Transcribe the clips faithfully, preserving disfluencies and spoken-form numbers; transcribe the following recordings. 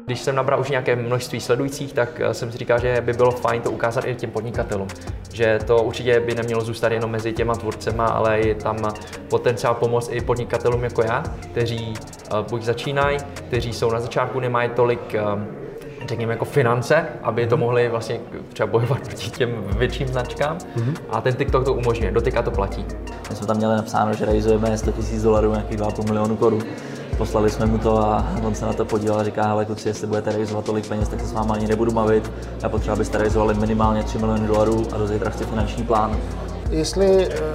Když jsem nabral už nějaké množství sledujících, tak jsem si říkal, že by bylo fajn to ukázat i těm podnikatelům. Že to určitě by nemělo zůstat jenom mezi těma tvůrcema, ale je tam potenciál pomoct i podnikatelům jako já, kteří buď začínají, kteří jsou na začátku, nemají tolik, řekněme, jako finance, aby to mohli vlastně třeba bojovat proti těm větším značkám. Mm-hmm. A ten TikTok to umožňuje, dotyka to platí. My jsme tam měli napsáno, že realizujeme sto tisíc dolarů, nějakých dva a půl milionu korun. Poslali jsme mu to a on se na to podíval a říká, hele kluci, jestli budete realizovat tolik peněz, tak se s váma ani nebudu bavit. Já potřeba, abyste realizovali minimálně tři miliony dolarů a do zítra chci finanční plán. Jestli eh,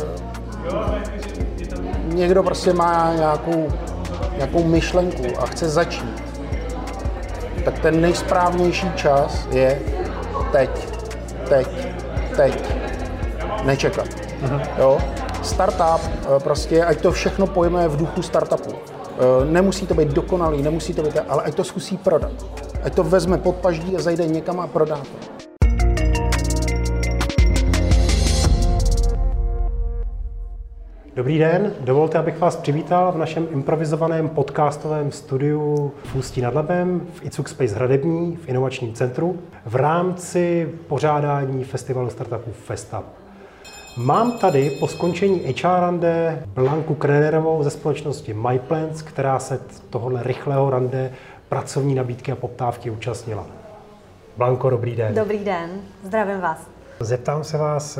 někdo prostě má nějakou, nějakou myšlenku a chce začít, tak ten nejsprávnější čas je teď, teď, teď, nečekat. Mhm. Jo? Startup, prostě, ať to všechno pojme v duchu startupu. Nemusí to být dokonalý, nemusí to být, ale ať to zkusí prodat. Ať to vezme pod paždí a zajde někam a prodá to. Dobrý den, dovolte, abych vás přivítal v našem improvizovaném podcastovém studiu v Ústí nad Labem v Icuk Space Hradební v inovačním centru v rámci pořádání festivalu startupů FestUp. Mám tady po skončení H R rande Blanku Krenerovou ze společnosti MyPlans, která se tohohle rychlého rande pracovní nabídky a poptávky účastnila. Blanko, dobrý den. Dobrý den, zdravím vás. Zeptám se vás,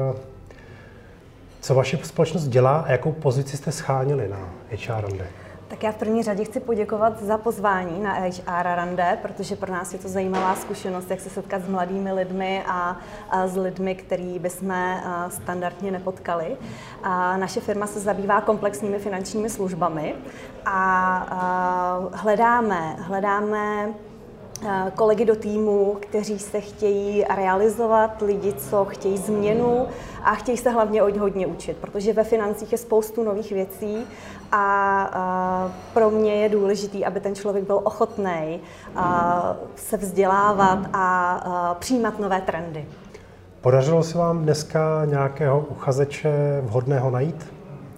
co vaše společnost dělá a jakou pozici jste schánili na H R rande? Tak já v první řadě chci poděkovat za pozvání na H R rande, protože pro nás je to zajímavá zkušenost, jak se setkat s mladými lidmi a, a s lidmi, který bychom standardně nepotkali. A naše firma se zabývá komplexními finančními službami a, a hledáme, hledáme kolegy do týmu, kteří se chtějí realizovat, lidi, co chtějí změnu a chtějí se hlavně hodně učit, protože ve financích je spoustu nových věcí a, a pro mě je důležitý, aby ten člověk byl ochotný se vzdělávat a, a přijímat nové trendy. Podařilo se vám dneska nějakého uchazeče vhodného najít?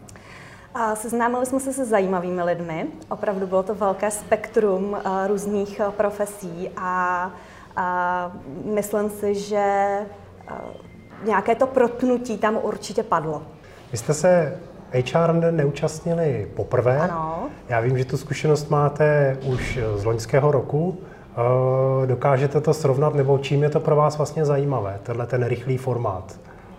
A seznámili jsme se se zajímavými lidmi. Opravdu bylo to velké spektrum uh, různých uh, profesí a, a myslím si, že uh, nějaké to protnutí tam určitě padlo. Vy jste se H R rande neúčastnili poprvé. Ano. Já vím, že tu zkušenost máte už z loňského roku. Uh, dokážete to srovnat, nebo čím je to pro vás vlastně zajímavé, tenhle ten rychlý formát?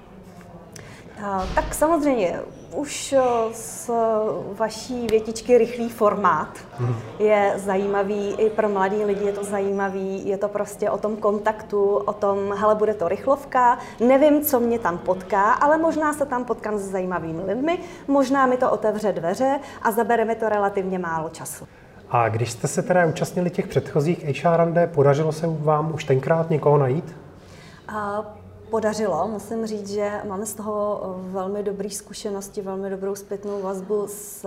Uh, tak samozřejmě, už z vaší větičky rychlý formát hmm. je zajímavý, i pro mladý lidi je to zajímavý, je to prostě o tom kontaktu, o tom, hele, bude to rychlovka, nevím, co mě tam potká, ale možná se tam potkám s zajímavými lidmi, možná mi to otevře dveře a zabere mi to relativně málo času. A když jste se teda účastnili těch předchozích H R rande, podařilo se vám už tenkrát někoho najít? Uh, Podařilo, musím říct, že máme z toho velmi dobré zkušenosti, velmi dobrou zpětnou vazbu. S,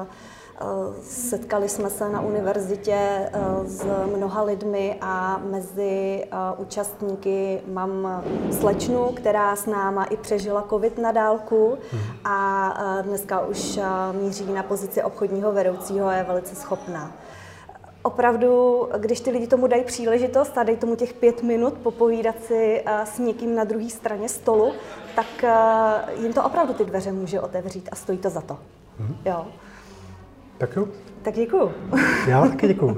setkali jsme se na univerzitě s mnoha lidmi a mezi účastníky mám slečnu, která s náma i přežila covid na dálku a dneska už míří na pozici obchodního vedoucího a je velice schopná. Opravdu, když ty lidi tomu dají příležitost a dají tomu těch pět minut popovídat si s někým na druhé straně stolu, tak jim to opravdu ty dveře může otevřít a stojí to za to. Mm-hmm. Jo. Tak jo. Tak děkuju. Já taky děkuju.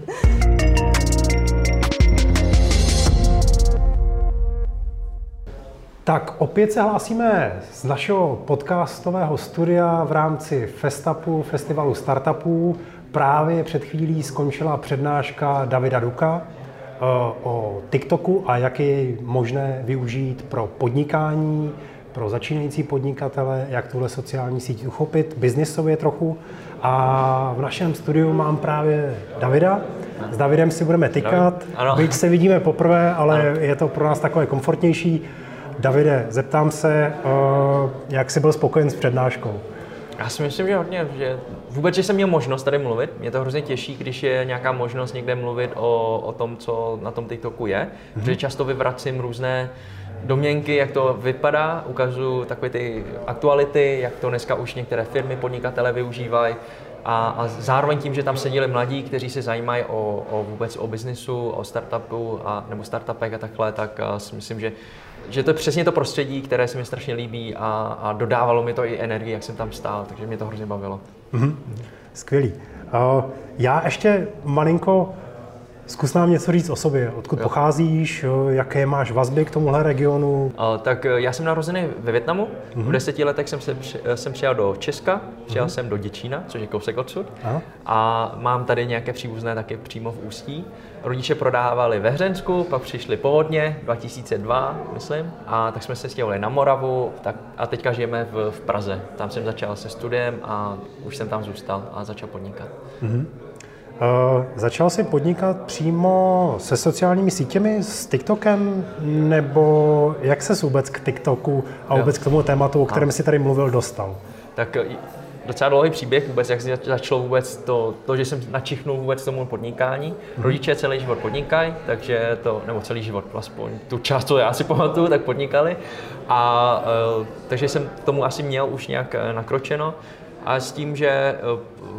Tak opět se hlásíme z našeho podcastového studia v rámci FestUpu, festivalu startupů. Právě před chvílí skončila přednáška Davida Duka o TikToku a jak je možné využít pro podnikání, pro začínající podnikatele, jak tuhle sociální síť uchopit, biznisově trochu. A v našem studiu mám právě Davida. S Davidem si budeme tykat, byť se vidíme poprvé, ale ano. Je to pro nás takové komfortnější. Davide, zeptám se, jak jsi byl spokojen s přednáškou? Já si myslím, že hodně, že vůbec, že jsem měl možnost tady mluvit, mě to hrozně těší, když je nějaká možnost někde mluvit o, o tom, co na tom TikToku je, mm-hmm. protože často vyvracím různé domněnky, jak to vypadá, ukazuju takové ty aktuality, jak to dneska už některé firmy, podnikatele využívají A, a zároveň tím, že tam seděli mladí, kteří se zajímají o, o vůbec o biznisu, o startupu a, nebo startupech a takhle, tak a si myslím, že, že to je přesně to prostředí, které se mi strašně líbí a, a dodávalo mi to i energii, jak jsem tam stál, takže mě to hrozně bavilo. Mm-hmm. Skvělý. Uh, já ještě malinko zkus nám něco říct o sobě. Odkud jo. pocházíš, jaké máš vazby k tomuhle regionu? Uh, tak já jsem narozený ve Vietnamu. Mm-hmm. V deseti letech jsem, se, jsem přijel do Česka, přijel mm-hmm. jsem do Děčína, což je kousek odsud. Aha. A mám tady nějaké příbuzné taky přímo v Ústí. Rodiče prodávali ve Hřensku, pak přišli povodně, dva tisíce dva, myslím, a tak jsme se stěhovali na Moravu tak, a teďka žijeme v, v Praze. Tam jsem začal se studiem a už jsem tam zůstal a začal podnikat. Mm-hmm. Uh, začal jsi podnikat přímo se sociálními sítěmi, s TikTokem, nebo jak ses vůbec k TikToku a vůbec jo. k tomu tématu, o kterém jsi tady mluvil, dostal? Tak docela dlouhý příběh vůbec, jak začalo vůbec to, to že jsem načichnul vůbec tomu podnikání. Hmm. Rodiče celý život podnikají, takže to, nebo celý život, aspoň tu část, co já si pamatuju, tak podnikali. A uh, takže jsem k tomu asi měl už nějak nakročeno. A s tím, že uh,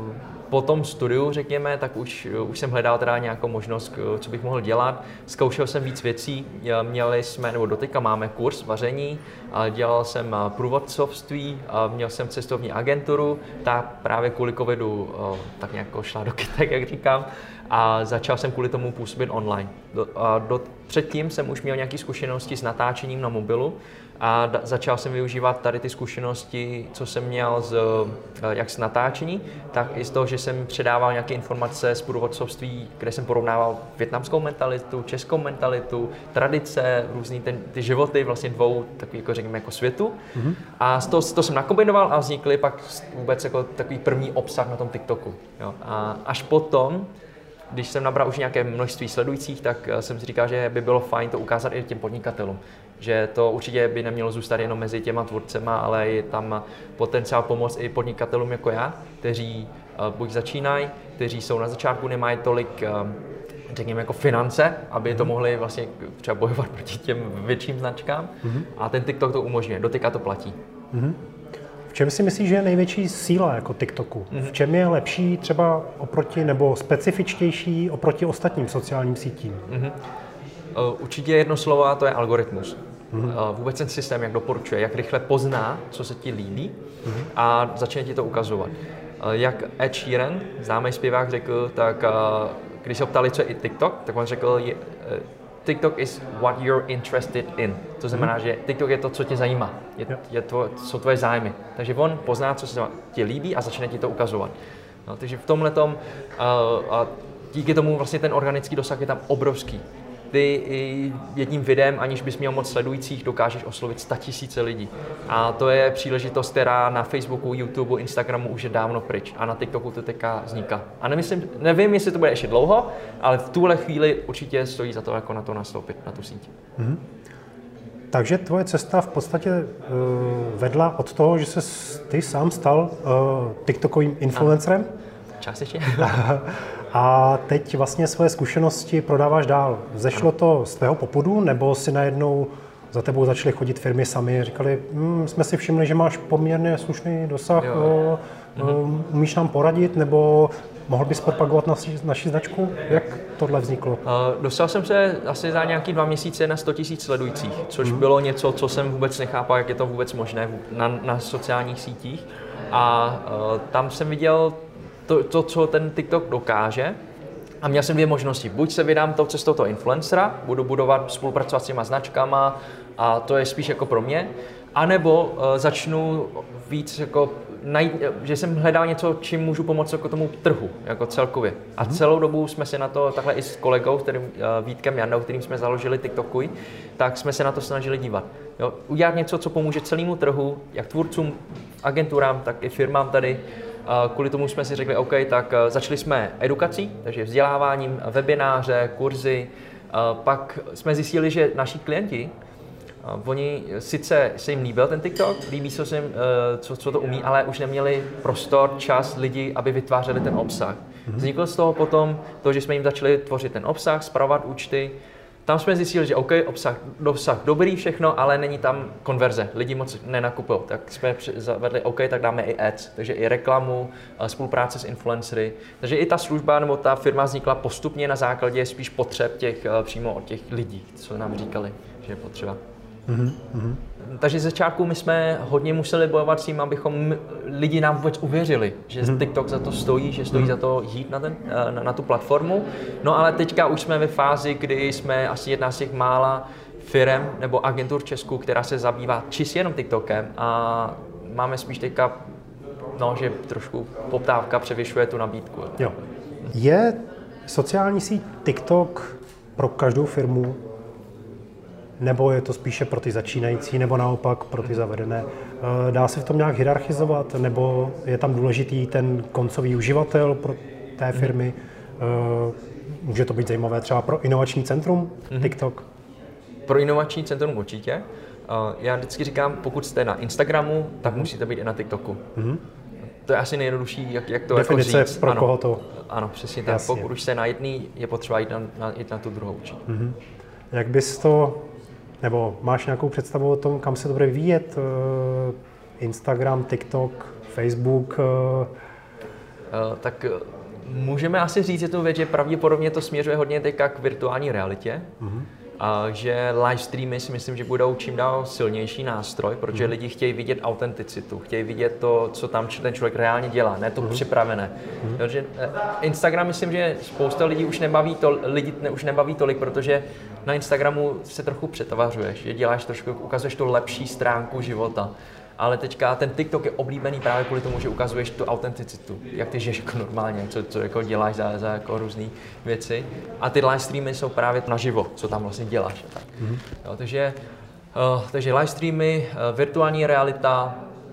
po tom studiu, řekněme, tak už, už jsem hledal teda nějakou možnost, co bych mohl dělat. Zkoušel jsem víc věcí, měli jsme, nebo doteďka máme kurz vaření, dělal jsem průvodcovství, měl jsem cestovní agenturu, ta právě kvůli covidu tak nějak šla do kytek, jak říkám, a začal jsem kvůli tomu působit online. Do, a do, předtím jsem už měl nějaké zkušenosti s natáčením na mobilu, a da, začal jsem využívat tady ty zkušenosti, co jsem měl z, jak z natáčení, tak i z toho, že jsem předával nějaké informace z průvodcovství, kde jsem porovnával vietnamskou mentalitu, českou mentalitu, tradice, různý ten, ty životy vlastně dvou takových, jako řekněme, jako světu. Mm-hmm. A to, to jsem nakombinoval a vznikly pak vůbec jako takový první obsah na tom TikToku. Jo. A až potom, když jsem nabral už nějaké množství sledujících, tak jsem si říkal, že by bylo fajn to ukázat i těm podnikatelům. Že to určitě by nemělo zůstat jenom mezi těma tvůrcema, ale je tam potenciál pomoct i podnikatelům jako já, kteří buď začínají, kteří jsou na začátku, nemají tolik, řekněme, jako finance, aby mm-hmm. to mohli vlastně třeba bojovat proti těm větším značkám. Mm-hmm. A ten TikTok to umožňuje, doteďka to platí. Mm-hmm. V čem si myslíš, že je největší síla jako TikToku? Mm-hmm. V čem je lepší třeba oproti, nebo specifičtější oproti ostatním sociálním sítím? Mm-hmm. Určitě jedno slovo, a to je algoritmus. Mm-hmm. Vůbec ten systém, jak doporučuje, jak rychle pozná, co se ti líbí mm-hmm. a začne ti to ukazovat. Jak Ed Sheeran, známý zpěvák, řekl, tak když se ho ptali, co je i TikTok, tak on řekl, TikTok is what you're interested in. To znamená, mm-hmm. že TikTok je to, co tě zajímá, je, je to, jsou tvoje zájmy. Takže on pozná, co se ti líbí a začne ti to ukazovat. No, takže v tomhletom a díky tomu vlastně ten organický dosah je tam obrovský. Ty jedním videem, aniž bys měl moc sledujících, dokážeš oslovit statisíce lidí. A to je příležitost, která na Facebooku, YouTube, Instagramu už je dávno pryč. A na TikToku to teďka vzniká. A nemyslím, nevím, jestli to bude ještě dlouho, ale v tuhle chvíli určitě stojí za to, jako na to nastoupit, na tu síť. Mm-hmm. Takže tvoje cesta v podstatě uh, vedla od toho, že ses ty sám stal uh, TikTokovým influencerem? Částečně. A teď vlastně svoje zkušenosti prodáváš dál. Zešlo to z tvého popudu, nebo si najednou za tebou začaly chodit firmy sami a říkali, hm, jsme si všimli, že máš poměrně slušný dosah, jo, jo. Mm-hmm. umíš nám poradit, nebo mohl bys propagovat naši, naši značku? Jak tohle vzniklo? Uh, dostal jsem se asi za nějaký dva měsíce na sto tisíc sledujících, což mm. bylo něco, co jsem vůbec nechápal, jak je to vůbec možné na, na sociálních sítích. A uh, tam jsem viděl To, to, co ten TikTok dokáže, a měl jsem dvě možnosti. Buď se vydám tou cestou toho influencera, budu budovat, spolupracovat s těma značkama a to je spíš jako pro mě, anebo uh, začnu víc jako najít, že jsem hledal něco, čím můžu pomoct jako tomu trhu, jako celkově. A celou dobu jsme se na to takhle i s kolegou, kterým, uh, Vítkem Jandou, kterým jsme založili TikTokuj, tak jsme se na to snažili dívat. Jo, udělat něco, co pomůže celému trhu, jak tvůrcům, agenturám, tak i firmám tady. Kvůli tomu jsme si řekli, OK, tak začali jsme edukací, takže vzděláváním, webináře, kurzy. Pak jsme zjistili, že naši klienti, oni sice se jim líbil ten TikTok, líbí se jim, co, co to umí, ale už neměli prostor, čas, lidi, aby vytvářeli ten obsah. Vzniklo z toho potom to, že jsme jim začali tvořit ten obsah, spravovat účty tam jsme zjistili, že OK, obsah, obsah dobrý všechno, ale není tam konverze, lidi moc nenakupují, tak jsme zavedli OK, tak dáme i ads, takže i reklamu, spolupráce s influencery, takže i ta služba nebo ta firma vznikla postupně na základě spíš potřeb těch přímo od těch lidí, co nám říkali, že je potřeba. Mm-hmm. Takže z začátku my jsme hodně museli bojovat s tím, abychom lidi nám vůbec uvěřili, že mm-hmm. TikTok za to stojí, že stojí mm-hmm. za to jít na, ten, na, na tu platformu. No ale teďka už jsme ve fázi, kdy jsme asi jedna z těch mála firem nebo agentur v Česku, která se zabývá čistě jenom TikTokem a máme spíš teďka, no, že trošku poptávka převyšuje tu nabídku. Jo. Je sociální síť TikTok pro každou firmu? Nebo je to spíše pro ty začínající, nebo naopak pro ty zavedené? Dá se v tom nějak hierarchizovat, nebo je tam důležitý ten koncový uživatel pro té firmy? Může to být zajímavé třeba pro inovační centrum TikTok? Pro inovační centrum určitě. Já vždycky říkám, pokud jste na Instagramu, tak musíte být i na TikToku. Mm-hmm. To je asi nejjednodušší, jak, jak to definice jako říct. Pro ano, koho to? Ano, přesně tak. Jasně. Pokud už jste na jedný, je potřeba jít na, na, jít na tu druhou určitě. Mm-hmm. Jak bys to, nebo máš nějakou představu o tom, kam se to bude vyvíjet? Instagram, TikTok, Facebook? Uh, tak můžeme asi říct jednu věc, že pravděpodobně to směřuje hodně teďka k virtuální realitě. Mm-hmm. A že live streamy si myslím, že budou čím dál silnější nástroj, protože mm. lidi chtějí vidět autenticitu, chtějí vidět to, co tam ten člověk reálně dělá, ne to mm. připravené. Mm. Takže Instagram, myslím, že spousta lidí už nebaví, to, lidi ne, už nebaví tolik, protože na Instagramu se trochu přetavařuješ, že děláš trošku, ukazuješ tu lepší stránku života. Ale teďka ten TikTok je oblíbený právě kvůli tomu, že ukazuješ tu autenticitu, jak ty žiješ jako normálně, co, co jako děláš za, za jako různé věci. A ty live streamy jsou právě naživo, co tam vlastně děláš. Tak. Mm-hmm. Jo, takže, uh, takže live streamy, uh, virtuální realita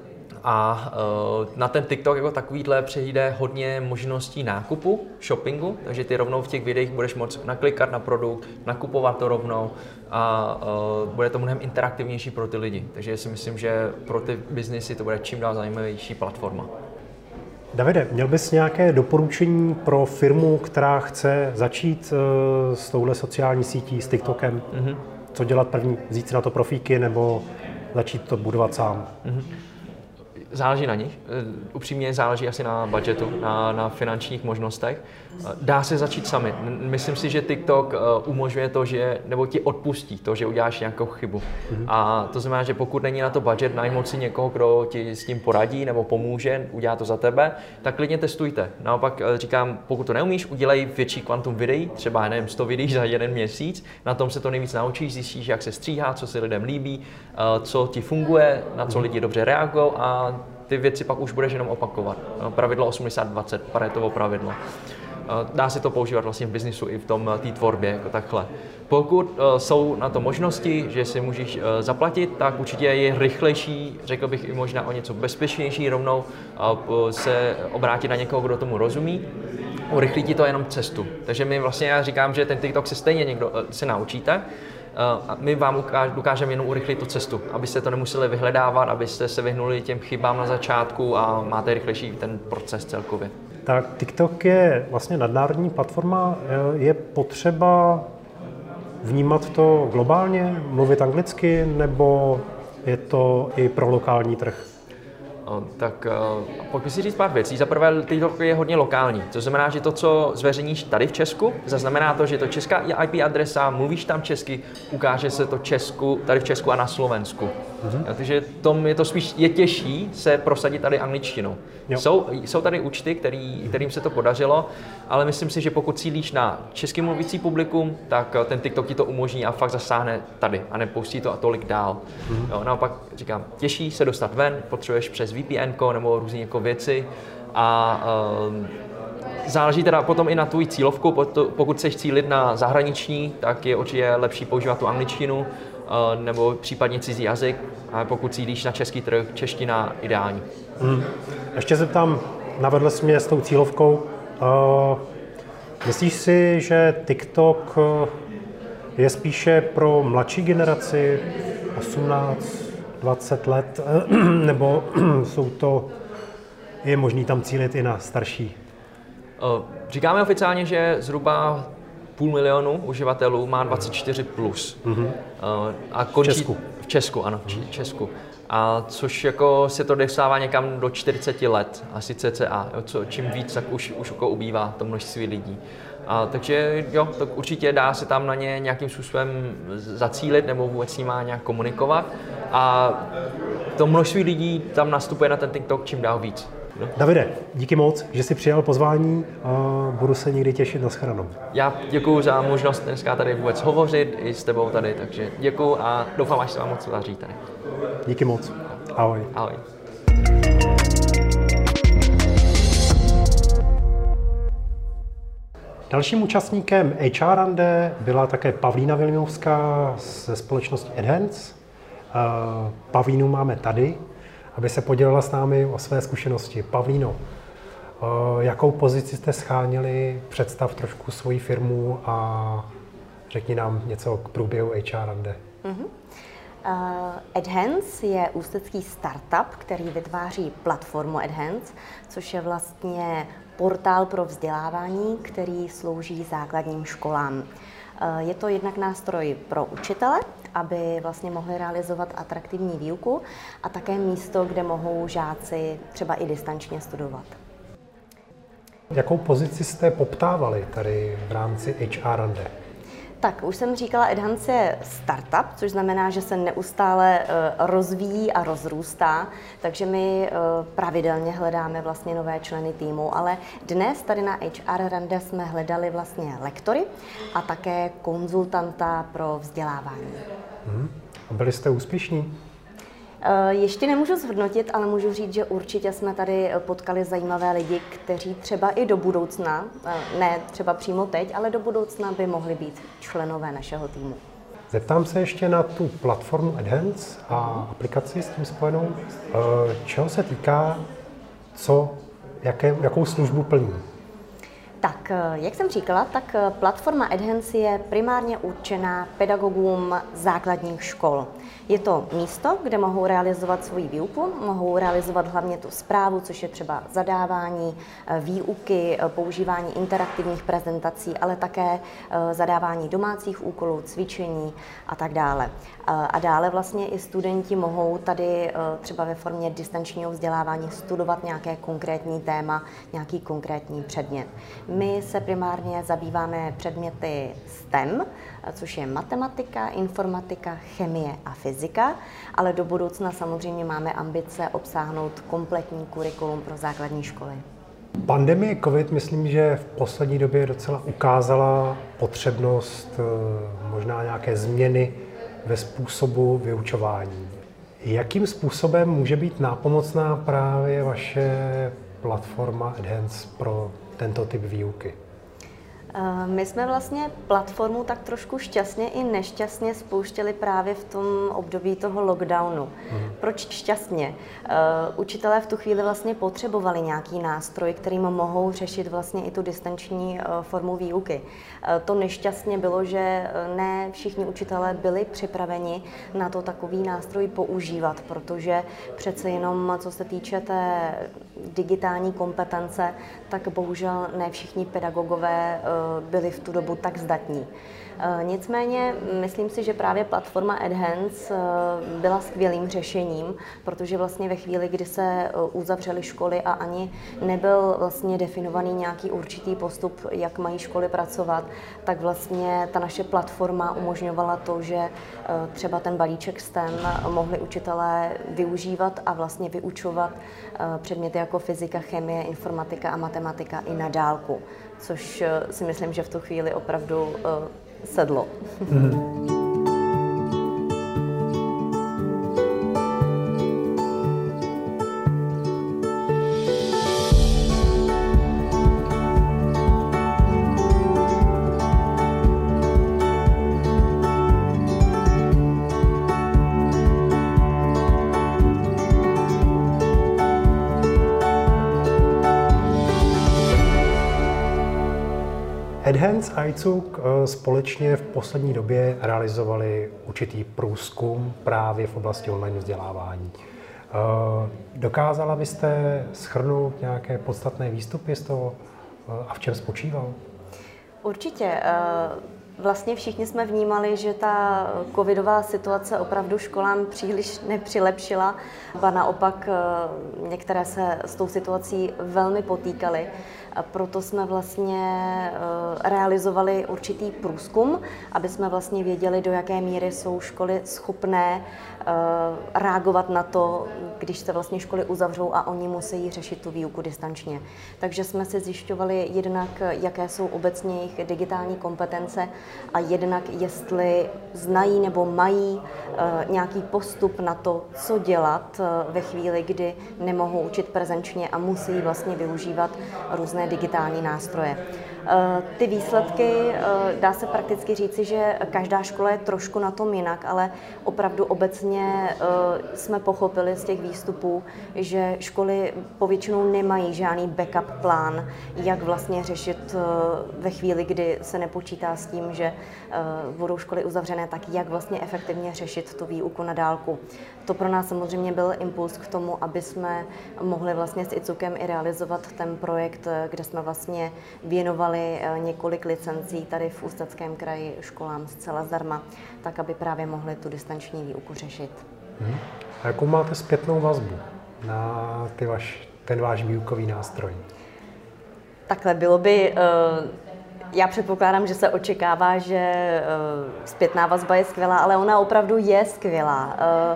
a uh, na ten TikTok jako takovýhle přijde hodně možností nákupu, shoppingu, takže ty rovnou v těch videích budeš moct naklikat na produkt, nakupovat to rovnou a uh, bude to mnohem interaktivnější pro ty lidi. Takže si myslím, že pro ty biznisy to bude čím dál zajímavější platforma. Davide, měl bys nějaké doporučení pro firmu, která chce začít uh, s touhle sociální sítí, s TikTokem? Mm-hmm. Co dělat první? Vzít si na to profíky nebo začít to budovat sám? Mm-hmm. Záleží na nich. Upřímně záleží asi na budgetu, na, na finančních možnostech. Dá se začít sami. Myslím si, že TikTok umožňuje to, že, nebo ti odpustí to, že uděláš nějakou chybu. Mm-hmm. A to znamená, že pokud není na to budget, najmout si někoho, kdo ti s tím poradí nebo pomůže, udělá to za tebe, tak klidně testujte. Naopak říkám, pokud to neumíš, udělej větší kvantum videí, třeba nevím, sto videí za jeden měsíc, na tom se to nejvíc naučíš, zjistíš, jak se stříhá, co se lidem líbí, co ti funguje, na co lidi dobře reagují a ty věci pak už budeš jenom opakovat. Pravidlo osmdesát dvacet, Paretovo pravidlo. Dá se to používat vlastně v biznisu i v tom té tvorbě, jako takhle. Pokud uh, jsou na to možnosti, že si můžeš uh, zaplatit, tak určitě je rychlejší, řekl bych i možná o něco bezpečnější, rovnou uh, se obrátit na někoho, kdo tomu rozumí. Urychlí ti to jenom cestu. Takže my vlastně, já říkám, že ten TikTok se stejně někdo uh, se naučíte, a my vám dokážeme jenom urychlit tu cestu, abyste to nemuseli vyhledávat, abyste se vyhnuli těm chybám na začátku a máte rychlejší ten proces celkově. Tak TikTok je vlastně nadnárodní platforma. Je potřeba vnímat to globálně, mluvit anglicky, nebo je to i pro lokální trh? Tak pojďme si říct pár věcí. Za prvé, TikTok je hodně lokální. To znamená, že to, co zveřejníš tady v Česku, zaznamená to, že to česká I P adresa, mluvíš tam česky, ukáže se to Česku, tady v Česku a na Slovensku. Mm-hmm. Takže tom je to spíš je těžší se prosadit tady angličtinou. Jsou, jsou tady účty, který, kterým se to podařilo, ale myslím si, že pokud cílíš na česky mluvící publikum, tak ten TikTok ti to umožní a fakt zasáhne tady a nepustí to a tolik dál. Mm-hmm. Jo, naopak říkám, těžší se dostat ven, potřebuješ přes V P N ko nebo různé jako věci a um, záleží teda potom i na tvůj cílovku. Pokud chceš cílit na zahraniční, tak je určitě lepší používat tu angličtinu uh, nebo případně cizí jazyk, a pokud cílíš na český trh, čeština ideální. Hmm. Ještě se ptám, navedl jsi mě s tou cílovkou. Uh, myslíš si, že TikTok je spíše pro mladší generaci, osmnáct dvacet let, nebo jsou to, je možný tam cílit i na starší? Říkáme oficiálně, že zhruba půl milionu uživatelů, má dvacet čtyři plus. Mm-hmm. A končí v Česku. V Česku, ano, v Česku. A což jako se to dostává někam do čtyřicet let, asi cca. Jo, co, čím víc, tak už, už jako ubývá to množství lidí. A takže jo, tak určitě dá se tam na ně nějakým způsobem zacílit nebo vůbec s nima nějak komunikovat. A to množství lidí tam nastupuje na ten TikTok čím dál víc. No. Davide, díky moc, že jsi přijal pozvání a budu se někdy těšit na shledanou. Já děkuji za možnost dneska tady vůbec hovořit i s tebou tady, takže děkuji a doufám, až se vám moc daří tady. Díky moc. Ahoj. Ahoj. Dalším účastníkem H R Rande byla také Pavlína Vilmovská ze společnosti Enhance. Pavlínu máme tady, aby se podělila s námi o své zkušenosti. Pavlíno, jakou pozici jste scháněli? Představ trošku svoji firmu a řekni nám něco k průběhu H R Rande. Mm-hmm. Uh, Enhance je ústecký startup, který vytváří platformu Enhance, což je vlastně portál pro vzdělávání, který slouží základním školám. Uh, je to jednak nástroj pro učitele, aby vlastně mohli realizovat atraktivní výuku a také místo, kde mohou žáci třeba i distančně studovat. Jakou pozici jste poptávali tady v rámci H R Rande? Tak, už jsem říkala, Enhance je startup, což znamená, že se neustále uh, rozvíjí a rozrůstá, takže my uh, pravidelně hledáme vlastně nové členy týmu, ale dnes tady na H R Rande jsme hledali vlastně lektory a také konzultanta pro vzdělávání. Hmm. A byli jste úspěšní? Ještě nemůžu zhodnotit, ale můžu říct, že určitě jsme tady potkali zajímavé lidi, kteří třeba i do budoucna, ne třeba přímo teď, ale do budoucna by mohli být členové našeho týmu. Zeptám se ještě na tu platformu Enhance a aplikaci s tím spojenou. Čeho se týká, co, jaké, jakou službu plní? Tak, jak jsem říkala, tak platforma Enhance je primárně určená pedagogům základních škol. Je to místo, kde mohou realizovat svoji výuku, mohou realizovat hlavně tu správu, což je třeba zadávání výuky, používání interaktivních prezentací, ale také zadávání domácích úkolů, cvičení a tak dále. A dále vlastně i studenti mohou tady třeba ve formě distančního vzdělávání studovat nějaké konkrétní téma, nějaký konkrétní předmět. My se primárně zabýváme předměty S T E M, což je matematika, informatika, chemie a fyzika, ale do budoucna samozřejmě máme ambice obsáhnout kompletní kurikulum pro základní školy. Pandemie COVID, myslím, že v poslední době docela ukázala potřebnost možná nějaké změny ve způsobu vyučování. Jakým způsobem může být nápomocná právě vaše platforma Enhance pro tento typ výuky? My jsme vlastně platformu tak trošku šťastně i nešťastně spouštěli právě v tom období toho lockdownu. Hmm. Proč šťastně? Učitelé v tu chvíli vlastně potřebovali nějaký nástroj, kterým mohou řešit vlastně i tu distanční formu výuky. To nešťastně bylo, že ne všichni učitelé byli připraveni na to takový nástroj používat, protože přece jenom co se týče té digitální kompetence, tak bohužel ne všichni pedagogové byli v tu dobu tak zdatní. Nicméně myslím si, že právě platforma Enhance byla skvělým řešením, protože vlastně ve chvíli, kdy se uzavřely školy a ani nebyl vlastně definovaný nějaký určitý postup, jak mají školy pracovat, tak vlastně ta naše platforma umožňovala to, že třeba ten balíček S T E M mohli učitelé využívat a vlastně vyučovat předměty jako fyzika, chemie, informatika a matematika i na dálku, což si myslím, že v tu chvíli opravdu sedlo. Mm. Enhance a iCUK společně v poslední době realizovali určitý průzkum právě v oblasti online vzdělávání. Dokázala byste shrnout nějaké podstatné výstupy z toho a v čem spočíval? Určitě. Vlastně všichni jsme vnímali, že ta covidová situace opravdu školám příliš nepřilepšila, a naopak některé se s tou situací velmi potýkaly. A proto jsme vlastně realizovali určitý průzkum, aby jsme vlastně věděli, do jaké míry jsou školy schopné reagovat na to, když se vlastně školy uzavřou a oni musí řešit tu výuku distančně. Takže jsme si zjišťovali jednak, jaké jsou obecně jejich digitální kompetence a jednak, jestli znají nebo mají nějaký postup na to, co dělat ve chvíli, kdy nemohou učit prezenčně a musí vlastně využívat různé digitální nástroje. Ty výsledky, dá se prakticky říci, že každá škola je trošku na tom jinak, ale opravdu obecně jsme pochopili z těch výstupů, že školy povětšinou nemají žádný backup plán, jak vlastně řešit ve chvíli, kdy se nepočítá s tím, že budou školy uzavřené, tak jak vlastně efektivně řešit tu výuku na dálku. To pro nás samozřejmě byl impuls k tomu, aby jsme mohli vlastně s ICUKem i realizovat ten projekt, kde jsme vlastně věnovali několik licencí tady v Ústeckém kraji školám zcela zdarma, tak aby právě mohli tu distanční výuku řešit. Hmm. A jakou máte zpětnou vazbu na ty vaš, ten váš výukový nástroj? Takhle bylo by... Uh, Já předpokládám, že se očekává, že uh, zpětná vazba je skvělá, ale ona opravdu je skvělá. Uh,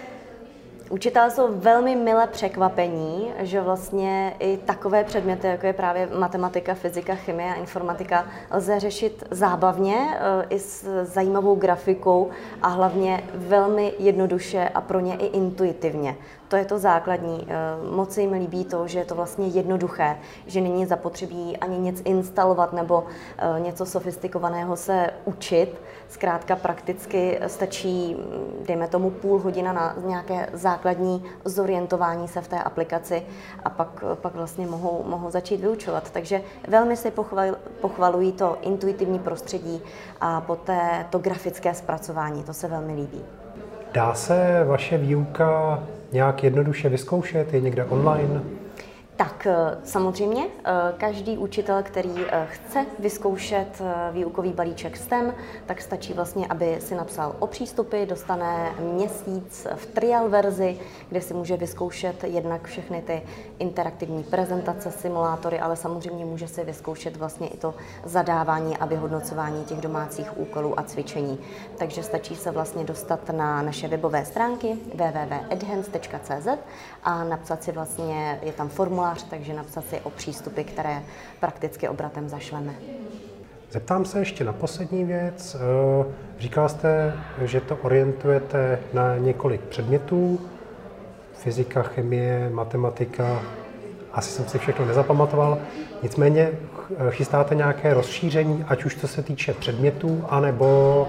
Učitelé jsou velmi milé překvapení, že vlastně i takové předměty, jako je právě matematika, fyzika, chemie a informatika, lze řešit zábavně, i s zajímavou grafikou a hlavně velmi jednoduše a pro ně i intuitivně. To je to základní. Moc se jim líbí to, že je to vlastně jednoduché, že není zapotřebí ani nic instalovat nebo něco sofistikovaného se učit. Zkrátka prakticky stačí, dejme tomu, půl hodina na nějaké základní zorientování se v té aplikaci a pak, pak vlastně mohou, mohou začít vyučovat. Takže velmi si pochval, pochvalují to intuitivní prostředí a poté to grafické zpracování, to se velmi líbí. Dá se vaše výuka nějak jednoduše vyzkoušet? Je někde online? Tak samozřejmě, každý učitel, který chce vyzkoušet výukový balíček S T E M, tak stačí vlastně, aby si napsal o přístupy, dostane měsíc v trial verzi, kde si může vyzkoušet jednak všechny ty interaktivní prezentace, simulátory, ale samozřejmě může si vyzkoušet vlastně i to zadávání a vyhodnocování těch domácích úkolů a cvičení. Takže stačí se vlastně dostat na naše webové stránky w w w tečka edhance tečka c z a napsat si vlastně, je tam formulář, takže napsat si o přístupy, které prakticky obratem zašleme. Zeptám se ještě na poslední věc. Říkala jste, že to orientujete na několik předmětů. Fyzika, chemie, matematika. Asi jsem si všechno nezapamatoval. Nicméně chystáte nějaké rozšíření, ať už to se týče předmětů, anebo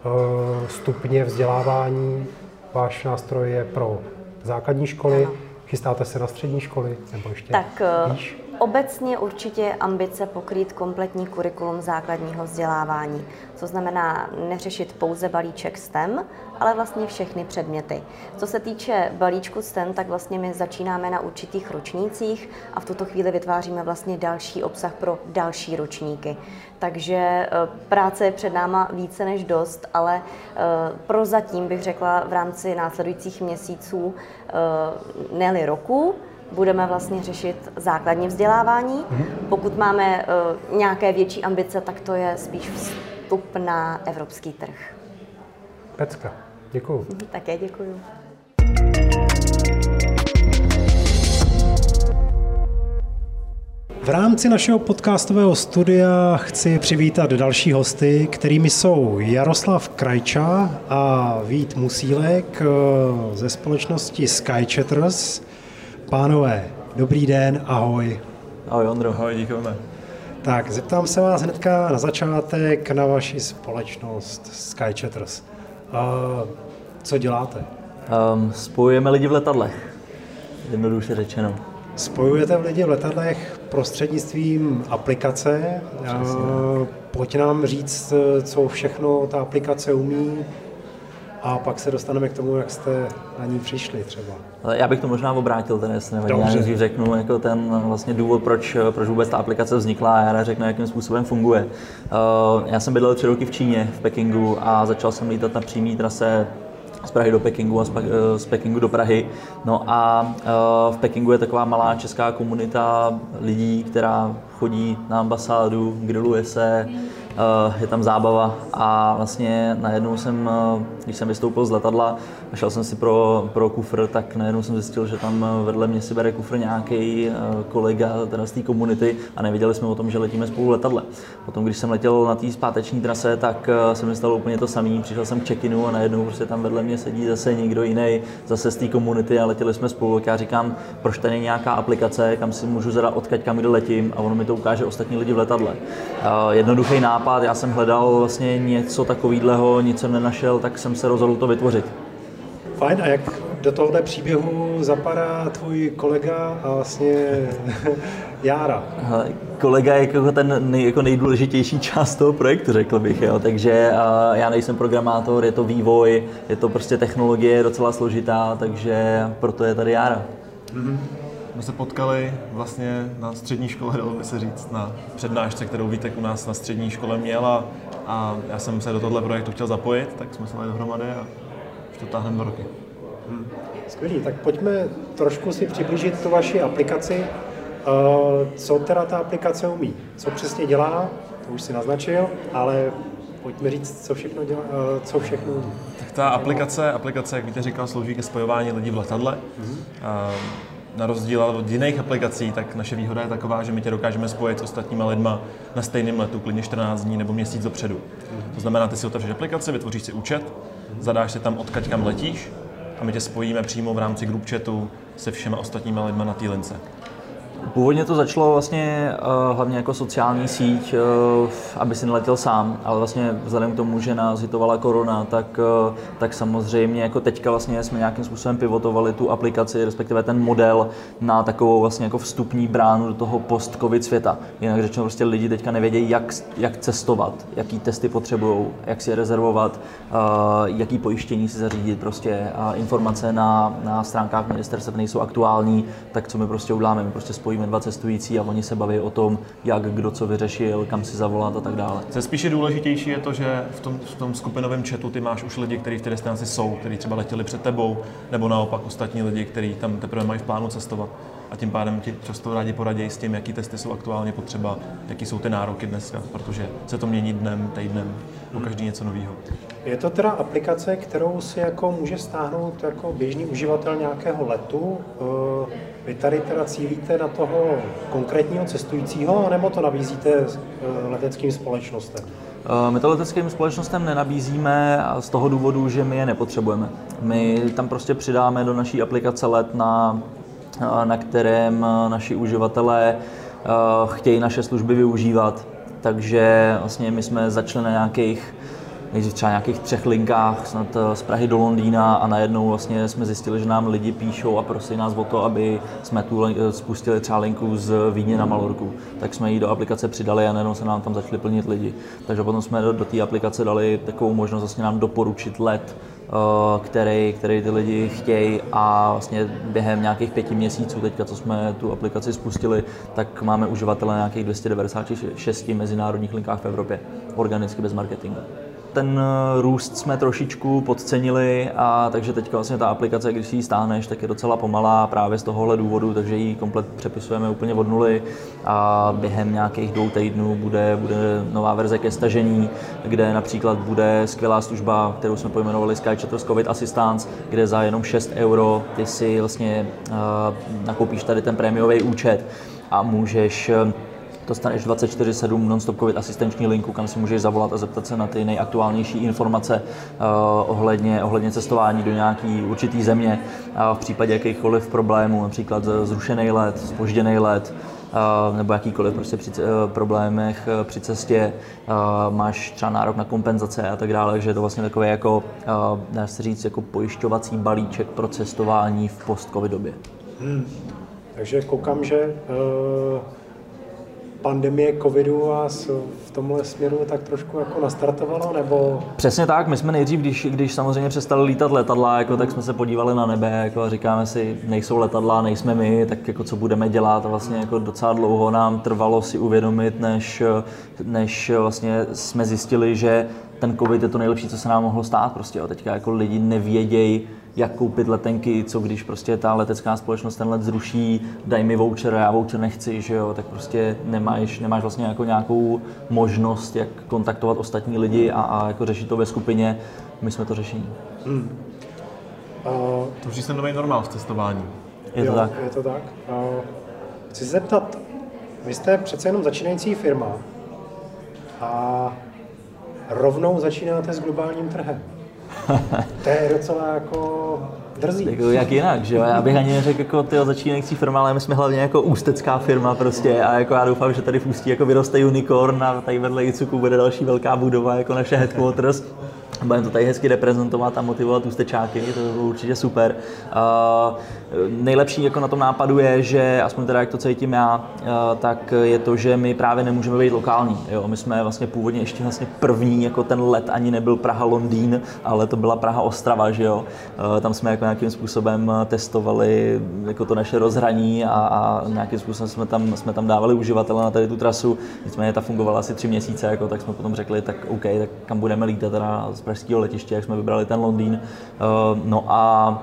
stupně vzdělávání. Váš nástroj je pro základní školy. Ano. Chystáte se na střední školy nebo ještě tak, výš? Obecně určitě ambice pokrýt kompletní kurikulum základního vzdělávání, co znamená neřešit pouze balíček S T E M, ale vlastně všechny předměty. Co se týče balíčku S T E M, tak vlastně my začínáme na určitých ročnících a v tuto chvíli vytváříme vlastně další obsah pro další ročníky. Takže práce je před náma více než dost, ale prozatím bych řekla v rámci následujících měsíců, ne-li roku, budeme vlastně řešit základní vzdělávání. Pokud máme uh, nějaké větší ambice, tak to je spíš vstup na evropský trh. Pecka, děkuju. Také děkuju. V rámci našeho podcastového studia chci přivítat další hosty, kterými jsou Jaroslav Krajča a Vít Musílek ze společnosti SkyChatters. Pánové, dobrý den, ahoj. Ahoj, Ondro. Ahoj, díkujeme. Tak, zeptám se vás hnedka na začátek na vaši společnost SkyChatters. Uh, co děláte? Um, spojujeme lidi v letadlech, jednoduše řečeno. Spojujete lidi v letadlech prostřednictvím aplikace. Uh, pojď nám říct, co všechno ta aplikace umí a pak se dostaneme k tomu, jak jste na ní přišli třeba. Já bych to možná obrátil, ten jestli nevadí. Já nejdřív řeknu jako ten vlastně důvod, proč, proč vůbec ta aplikace vznikla, a já řeknu, jakým způsobem funguje. Já jsem bydlel tři roky v Číně, v Pekingu, a začal jsem lítat na přímé trase z Prahy do Pekingu a z Pekingu do Prahy. No a v Pekingu je taková malá česká komunita lidí, která chodí na ambasádu, grilluje se, je tam zábava, a vlastně najednou jsem, když jsem vystoupil z letadla a šel jsem si pro, pro kufr, tak najednou jsem zjistil, že tam vedle mě si bere kufr nějaký kolega teda z té komunity a nevěděli jsme o tom, že letíme spolu letadle. Potom, když jsem letěl na té zpáteční trase, tak se mi stalo úplně to samé. Přišel jsem k check-inu a najednou prostě tam vedle mě sedí zase někdo jiný, zase z té komunity, a letěli jsme spolu. Tak já říkám, proč tady je nějaká aplikace, kam si můžu zadat odkaď, kam kde letím, a ono mi to ukáže ostatní lidi v letadle. Jednoduchý nápad, já jsem hledal vlastně něco takového, nic jsem nenašel, tak jsem se rozhodl to vytvořit. Fajn, a jak do tohohle příběhu zapadá tvůj kolega a vlastně Jára? Kolega je jako ten nej, jako nejdůležitější část toho projektu, řekl bych. Jo. Takže uh, já nejsem programátor, je to vývoj, je to prostě technologie docela složitá, takže proto je tady Jára. Mm-hmm. My se potkali vlastně na střední škole, dalo by se říct, na přednášce, kterou Vítek u nás na střední škole měl, a, a já jsem se do tohle projektu chtěl zapojit, tak jsme se dali dohromady a už to táhneme dva roky. Hmm. Skvělý, tak pojďme trošku si přiblížit tu vaši aplikaci. Co teda ta aplikace umí? Co přesně dělá? To už si naznačil, ale pojďme říct, co všechno dělá, co všechno umí. Tak ta aplikace, aplikace, jak Víte říkal, slouží ke spojování lidí v letadle. Hmm. Na rozdíl od jiných aplikací, tak naše výhoda je taková, že my tě dokážeme spojit s ostatníma lidma na stejném letu, klidně čtrnáct dní nebo měsíc dopředu. To znamená, ty si otevřeš aplikaci, vytvoříš si účet, zadáš si tam odkaď kam letíš, a my tě spojíme přímo v rámci group chatu se všema ostatníma lidma na té lince. Původně to začalo vlastně uh, hlavně jako sociální síť, uh, aby si neletěl sám, ale vlastně vzhledem k tomu, že nás hitovala korona, tak, uh, tak samozřejmě jako teďka vlastně jsme nějakým způsobem pivotovali tu aplikaci, respektive ten model na takovou vlastně jako vstupní bránu do toho post-covid světa. Jinak řečeno, prostě lidi teďka nevědějí, jak, jak cestovat, jaký testy potřebují, jak si je rezervovat, uh, jaký pojištění si zařídit, prostě uh, informace na, na stránkách ministerstev nejsou aktuální, tak co my prostě uděláme, my prostě spojíme dva cestující a oni se baví o tom, jak kdo co vyřešil, kam si zavolat a tak dále. Co je spíše důležitější je to, že v tom, v tom skupinovém chatu ty máš už lidi, kteří v té destinaci jsou, kteří třeba letěli před tebou, nebo naopak ostatní lidi, kteří tam teprve mají v plánu cestovat. A tím pádem ti často rádi poradí s tím, jaký testy jsou aktuálně potřeba, jaký jsou ty nároky dneska, protože se to mění dnem, týdnem, po každý něco nového. Je to teda aplikace, kterou si jako může stáhnout jako běžný uživatel nějakého letu. Vy tady teda cílíte na toho konkrétního cestujícího, nebo to nabízíte leteckým společnostem? My to leteckým společnostem nenabízíme z toho důvodu, že my je nepotřebujeme. My tam prostě přidáme do naší aplikace let, na, na kterém naši uživatelé chtějí naše služby využívat. Takže vlastně my jsme začali na nějakých třeba nějakých třech linkách, snad z Prahy do Londýna, a najednou vlastně jsme zjistili, že nám lidi píšou a prosí nás o to, aby jsme tu spustili třeba linku z Vídně na Malorku. Tak jsme ji do aplikace přidali a najednou se nám tam začali plnit lidi. Takže potom jsme do, do té aplikace dali takovou možnost vlastně nám doporučit let, který, který ty lidi chtějí, a vlastně během nějakých pěti měsíců, teďka co jsme tu aplikaci spustili, tak máme uživatele na nějakých dvě stě devadesát šest mezinárodních linkách v Evropě, organicky bez marketingu. Ten růst jsme trošičku podcenili, a takže teďka vlastně ta aplikace, když si ji stáhneš, tak je docela pomalá právě z tohohle důvodu, takže ji komplet přepisujeme úplně od nuly, a během nějakých dvou týdnů bude, bude nová verze ke stažení, kde například bude skvělá služba, kterou jsme pojmenovali SkyChatters COVID Assistance, kde za jenom šest euro ty si vlastně uh, nakoupíš tady ten prémiový účet a můžeš dostaneš dvacet čtyři sedm non-stop covid asistenční linku, kam si můžeš zavolat a zeptat se na ty nejaktuálnější informace uh, ohledně, ohledně cestování do nějaký určitý země. Uh, v případě jakýchkoliv problémů, například zrušený let, zpožděný let, uh, nebo jakýkoliv prostě při, uh, problémech uh, při cestě, uh, máš třeba nárok na kompenzace a tak dále, takže je to vlastně takové jako, uh, dá se říct, jako pojišťovací balíček pro cestování v post-covid době. Hmm. Takže koukám, že uh... pandemie covidu vás v tomhle směru tak trošku jako nastartovalo, nebo? Přesně tak, my jsme nejdřív, když, když samozřejmě přestali lítat letadla, jako, tak jsme se podívali na nebe jako, a říkáme si, nejsou letadla, nejsme my, tak jako, co budeme dělat. A vlastně jako docela dlouho nám trvalo si uvědomit, než, než vlastně jsme zjistili, že ten covid je to nejlepší, co se nám mohlo stát. Prostě, jo. Teďka jako lidi nevědějí, jak koupit letenky, co když prostě ta letecká společnost ten let zruší, daj mi voucher, já voucher nechci, že jo, tak prostě nemáš, nemáš vlastně jako nějakou možnost, jak kontaktovat ostatní lidi a, a jako řešit to ve skupině. My jsme to řešení. Hmm. Uh, to už je nový normál v cestování. Je to jo, tak. Je to tak. Uh, chci se zeptat, vy jste přece jenom začínající firma a rovnou začínáte s globálním trhem. To je docela jako drzý. Jako jak jinak, že jo? Já bych ani neřekl jako tyho začínající firma, ale my jsme hlavně jako ústecká firma prostě a jako já doufám, že tady v Ústí jako vyroste unicorn a tady vedle Icuku bude další velká budova jako naše headquarters. Budeme to tady hezky reprezentovat a motivovat ústečáky, to je určitě super. Uh, nejlepší jako na tom nápadu je, že aspoň teda jak to cítím já, uh, tak je to, že my právě nemůžeme být lokální. Jo? My jsme vlastně původně ještě vlastně první, jako ten let ani nebyl Praha-Londýn, ale to byla Praha-Ostrava, že jo. Uh, tam jsme jako nějakým způsobem testovali jako to naše rozhraní a, a nějakým způsobem jsme tam, jsme tam dávali uživatele na tady tu trasu. Nicméně ta fungovala asi tři měsíce, jako, tak jsme potom řekli, tak OK, tak kam budeme lítat teda z pražského letiště, jak jsme vybrali ten Londýn. Uh, no a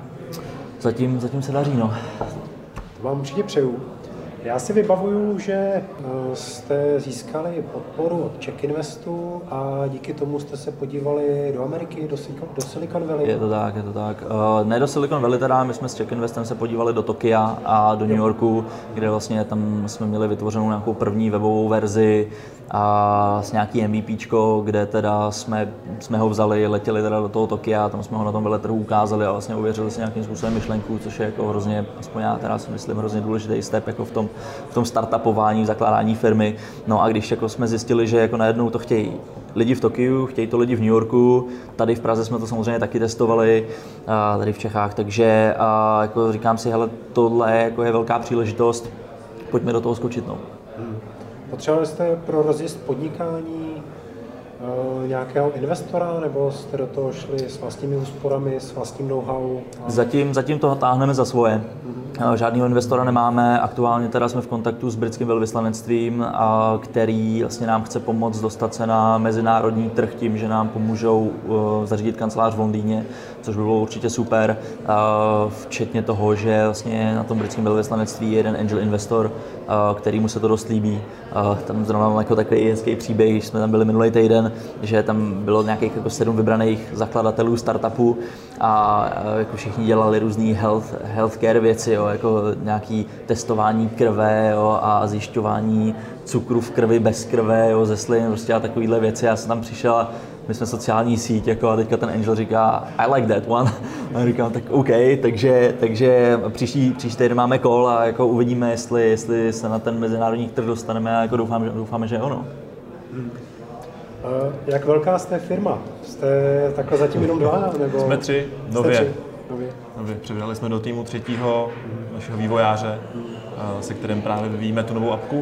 zatím, zatím se daří, no. To vám určitě přeju. Já si vybavuju, že jste získali podporu od Czech Investu a díky tomu jste se podívali do Ameriky, do, Silicon, do Silicon Valley. Je to tak, je to tak. Uh, ne do Silicon Valley teda, my jsme s Czech Investem se podívali do Tokia a do New Yorku, kde vlastně tam jsme měli vytvořenou nějakou první webovou verzi a s nějaký MVPčko, kde teda jsme, jsme ho vzali, letěli teda do toho Tokia, tam jsme ho na tom veletrhu ukázali a vlastně uvěřili si nějakým způsobem myšlenku, což je jako hrozně, aspoň já teda si myslím, hrozně důležitý step jako v tom, v tom startupování, v zakládání firmy. No a když jako jsme zjistili, že jako najednou to chtějí lidi v Tokiu, chtějí to lidi v New Yorku, tady v Praze jsme to samozřejmě taky testovali, tady v Čechách, takže a jako říkám si, hele, tohle jako je velká příležitost, pojďme do toho skočit. No. Hmm. Potřebovali jste pro rozjezd podnikání uh, nějakého investora, nebo jste do toho šli s vlastními úsporami, s vlastním know-how? Zatím, zatím toho táhneme za svoje. Mm-hmm. Žádného investora nemáme, aktuálně teda jsme v kontaktu s britským velvyslanectvím, a který vlastně nám chce pomoct dostat se na mezinárodní trh tím, že nám pomůžou uh, zařídit kancelář v Londýně, což by bylo určitě super, uh, včetně toho, že vlastně na tom britském velvyslanectví je jeden angel investor, uh, kterýmu se to dost líbí. Uh, tam zrovna mám jako takový hezký příběh, když jsme tam byli minulý týden, že tam bylo nějakých jako sedm vybraných zakladatelů startupů a uh, jako všichni dělali různý health, healthcare věci, jo, jako nějaký testování krve, jo, a zjišťování cukru v krvi bez krve, jo, ze slin, prostě a takovýhle věci. Já jsem tam přišel a my jsme sociální síť, jako, a teďka ten angel říká I like that one. A říkám, tak OK, takže, takže příští, příští týden máme call a jako uvidíme, jestli, jestli se na ten mezinárodní trh dostaneme a jako doufám, že, doufáme, že ono. Hmm. Uh, jak velká jste firma? Jste takhle zatím jenom dva? Nebo... Jsme tři, nově. Jste tři. Nově. nově. Přibrali jsme do týmu třetího hmm. našeho vývojáře, hmm. se kterým právě vyvíjíme tu novou apku.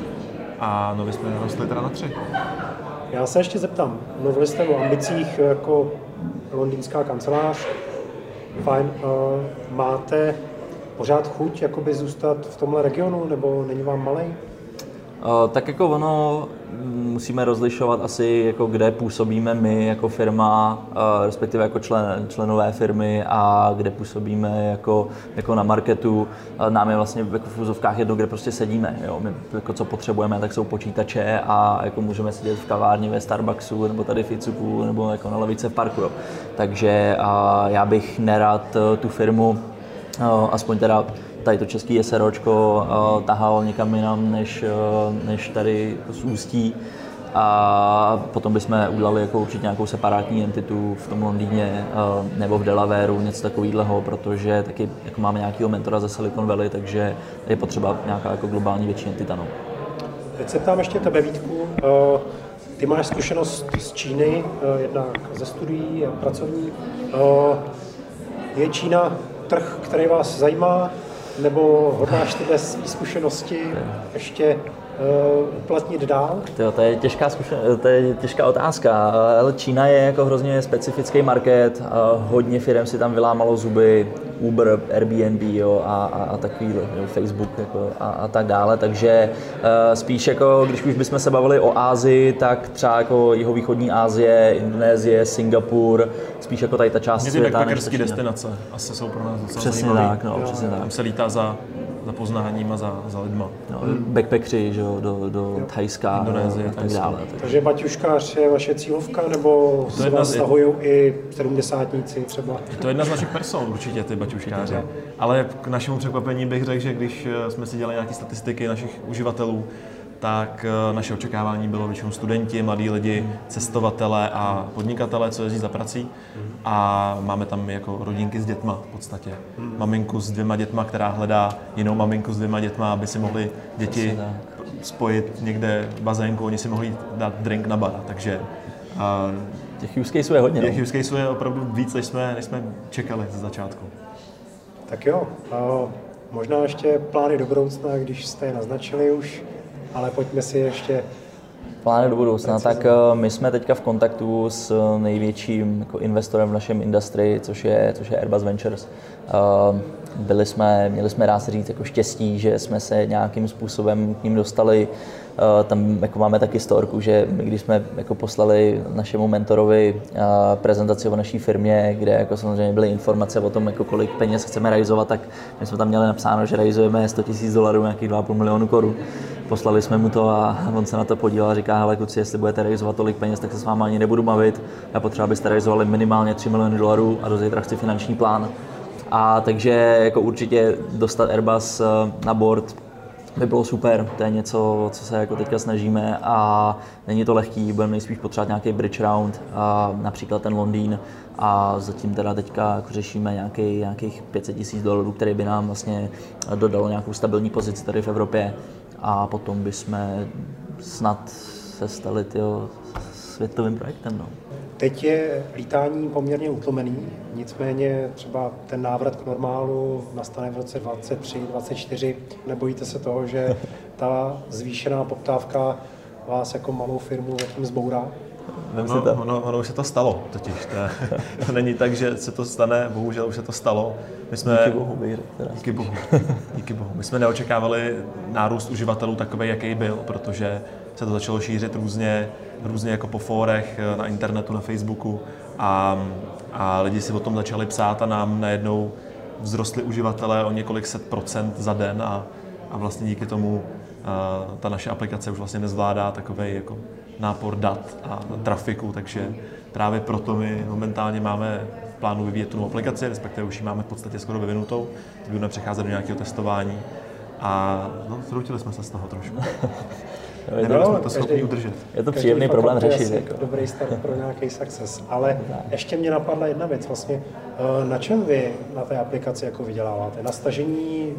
A nově jsme rostli teda na tři. Já se ještě zeptám, mluvili jste o ambicích jako londýnská kancelář, fajn, uh, máte pořád chuť jakoby zůstat v tomhle regionu, nebo není vám malej? Uh, tak jako ono, musíme rozlišovat asi, jako kde působíme my jako firma, uh, respektive jako člen, členové firmy a kde působíme jako, jako na marketu. Uh, nám je vlastně jako v úzovkách jedno, kde prostě sedíme. Jo? My jako co potřebujeme, tak jsou počítače a jako můžeme sedět v kavárně ve Starbucksu nebo tady v Icuku nebo jako na lavice v parku. Jo? Takže uh, já bych nerad uh, tu firmu, uh, aspoň teda tady to český SROčko uh, tahal někam jinam než, uh, než tady z Ústí. A potom bychom udělali jako určitě nějakou separátní entitu v tom Londýně uh, nebo v Delawareu, něco takového, protože taky jako máme nějakého mentora ze Silicon Valley, takže je potřeba nějaká jako globální větší entita. No. Teď se ptám ještě tebe, Vítku. Uh, ty máš zkušenost z Číny, uh, jednak ze studií a pracovní. Uh, je Čína trh, který vás zajímá? Nebo hodláš tyhle své zkušenosti ještě uplatnit dál? To, to je těžká zkušen... to je těžká otázka. Ale Čína je jako hrozně specifický market, hodně firm si tam vylámalo zuby, Uber, Airbnb jo, a, a, a takový jo, Facebook jako, a, a tak dále, takže uh, spíš jako, když už bychom se bavili o Asii, tak třeba jako jihovýchodní Asie, Indonésie, Singapur, spíš jako tady ta část světa. Ty backpackerské destinace asi jsou pro nás docela přesně zajímavý. Tak, no, přesně tak. Tam se lítá za, za poznáním a za, za lidma. No, backpackři, že jo, do, do Thajska, Indonésie a tak dále. Takže baťuškář je vaše cílovka, nebo se vás stahují i sedmdesátníci třeba? To je jedna z našich person určitě, ty baťuškáři. Ale k našemu překvapení bych řekl, že když jsme si dělali nějaké statistiky našich uživatelů, tak naše očekávání bylo většinou studenti, mladí lidi, cestovatelé a podnikatelé, co jezdí za prací. A máme tam jako rodinky s dětma v podstatě. Maminku s dvěma dětma, která hledá jinou maminku s dvěma dětma, aby si mohli děti spojit někde v bazénku, oni si mohli dát drink na bar. Takže a těch use caseů je hodně. Těch no. use caseů je opravdu víc, než jsme, než jsme čekali ze začátku. Tak jo, možná ještě plány do budoucna, když jste je naznačili už, ale pojďme si ještě... Plány do budoucna, tak my jsme teďka v kontaktu s největším jako investorem v našem industrii, což je, což je Airbus Ventures. Byli jsme, měli jsme rád se říct jako štěstí, že jsme se nějakým způsobem k ním dostali. Tam jako máme taky storku, že my, když jsme jako poslali našemu mentorovi prezentaci o naší firmě, kde jako samozřejmě byly informace o tom, jako kolik peněz chceme realizovat, tak my jsme tam měli napsáno, že realizujeme sto tisíc dolarů, nějakých dva a půl milionu korun. Poslali jsme mu to a on se na to podíval a říká, hele kluci, jestli budete realizovat tolik peněz, tak se s vámi ani nebudu bavit. Já potřeba, abyste realizovali minimálně tři miliony dolarů a do zítra chci finanční plán. A takže jako určitě dostat Airbus na board by bylo super, to je něco, co se jako teďka snažíme a není to lehký, budeme nejspíš potřebovat nějaký bridge round, a například ten Londýn a zatím teda teďka jako řešíme nějaký, nějakých pět set tisíc dolarů, který by nám vlastně dodalo nějakou stabilní pozici tady v Evropě a potom bychom snad se stali tyjo, světovým projektem. No. Teď je lítání poměrně utlumený, nicméně třeba ten návrat k normálu nastane v roce dvacet tři, dvacet čtyři. Nebojíte se toho, že ta zvýšená poptávka vás jako malou firmu zatím zbourá? No, ono, ono už se to stalo totiž. To, to není tak, že se to stane, bohužel už se to stalo. My jsme, díky bohu, bych řekl. Díky bohu. Díky bohu. My jsme neočekávali nárůst uživatelů takový, jaký byl, protože se to začalo šířit různě, různě jako po fórech, na internetu, na Facebooku a, a lidi si o tom začali psát a nám najednou vzrostli uživatelé o několik set procent za den a, a vlastně díky tomu a, ta naše aplikace už vlastně nezvládá takovej jako nápor dat a trafiku, takže právě proto my momentálně máme v plánu vyvíjet tu aplikaci, respektive už ji máme v podstatě skoro vyvinutou, teď budeme přecházet do nějakého testování a no, zrutili jsme se z toho trošku. Nebyli jsme to schopni udržet. Je to příjemný problém řešit. Jako. Dobrý start pro nějaký success, ale ještě mě napadla jedna věc, vlastně na čem vy na té aplikaci jako vyděláváte? Na stažení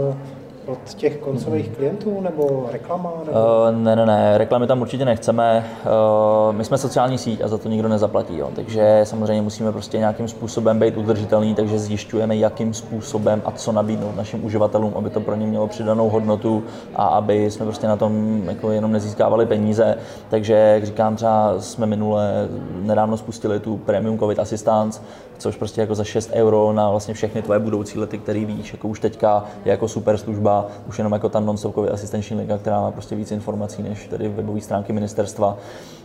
od těch koncových klientů nebo reklama? Nebo... Uh, ne, ne, ne, reklamy tam určitě nechceme. Uh, my jsme sociální síť a za to nikdo nezaplatí, jo. Takže samozřejmě musíme prostě nějakým způsobem být udržitelný, takže zjišťujeme, jakým způsobem a co nabídnout našim uživatelům, aby to pro ně mělo přidanou hodnotu a aby jsme prostě na tom jako jenom nezískávali peníze. Takže, jak říkám, třeba jsme minule nedávno spustili tu Premium COVID Assistance, což prostě jako za šest euro na vlastně všechny tvoje budoucí lety, který víš, jako už teďka je jako super služba, už jenom jako ta non-stopová asistenční linka, která má prostě víc informací než tady webové stránky ministerstva.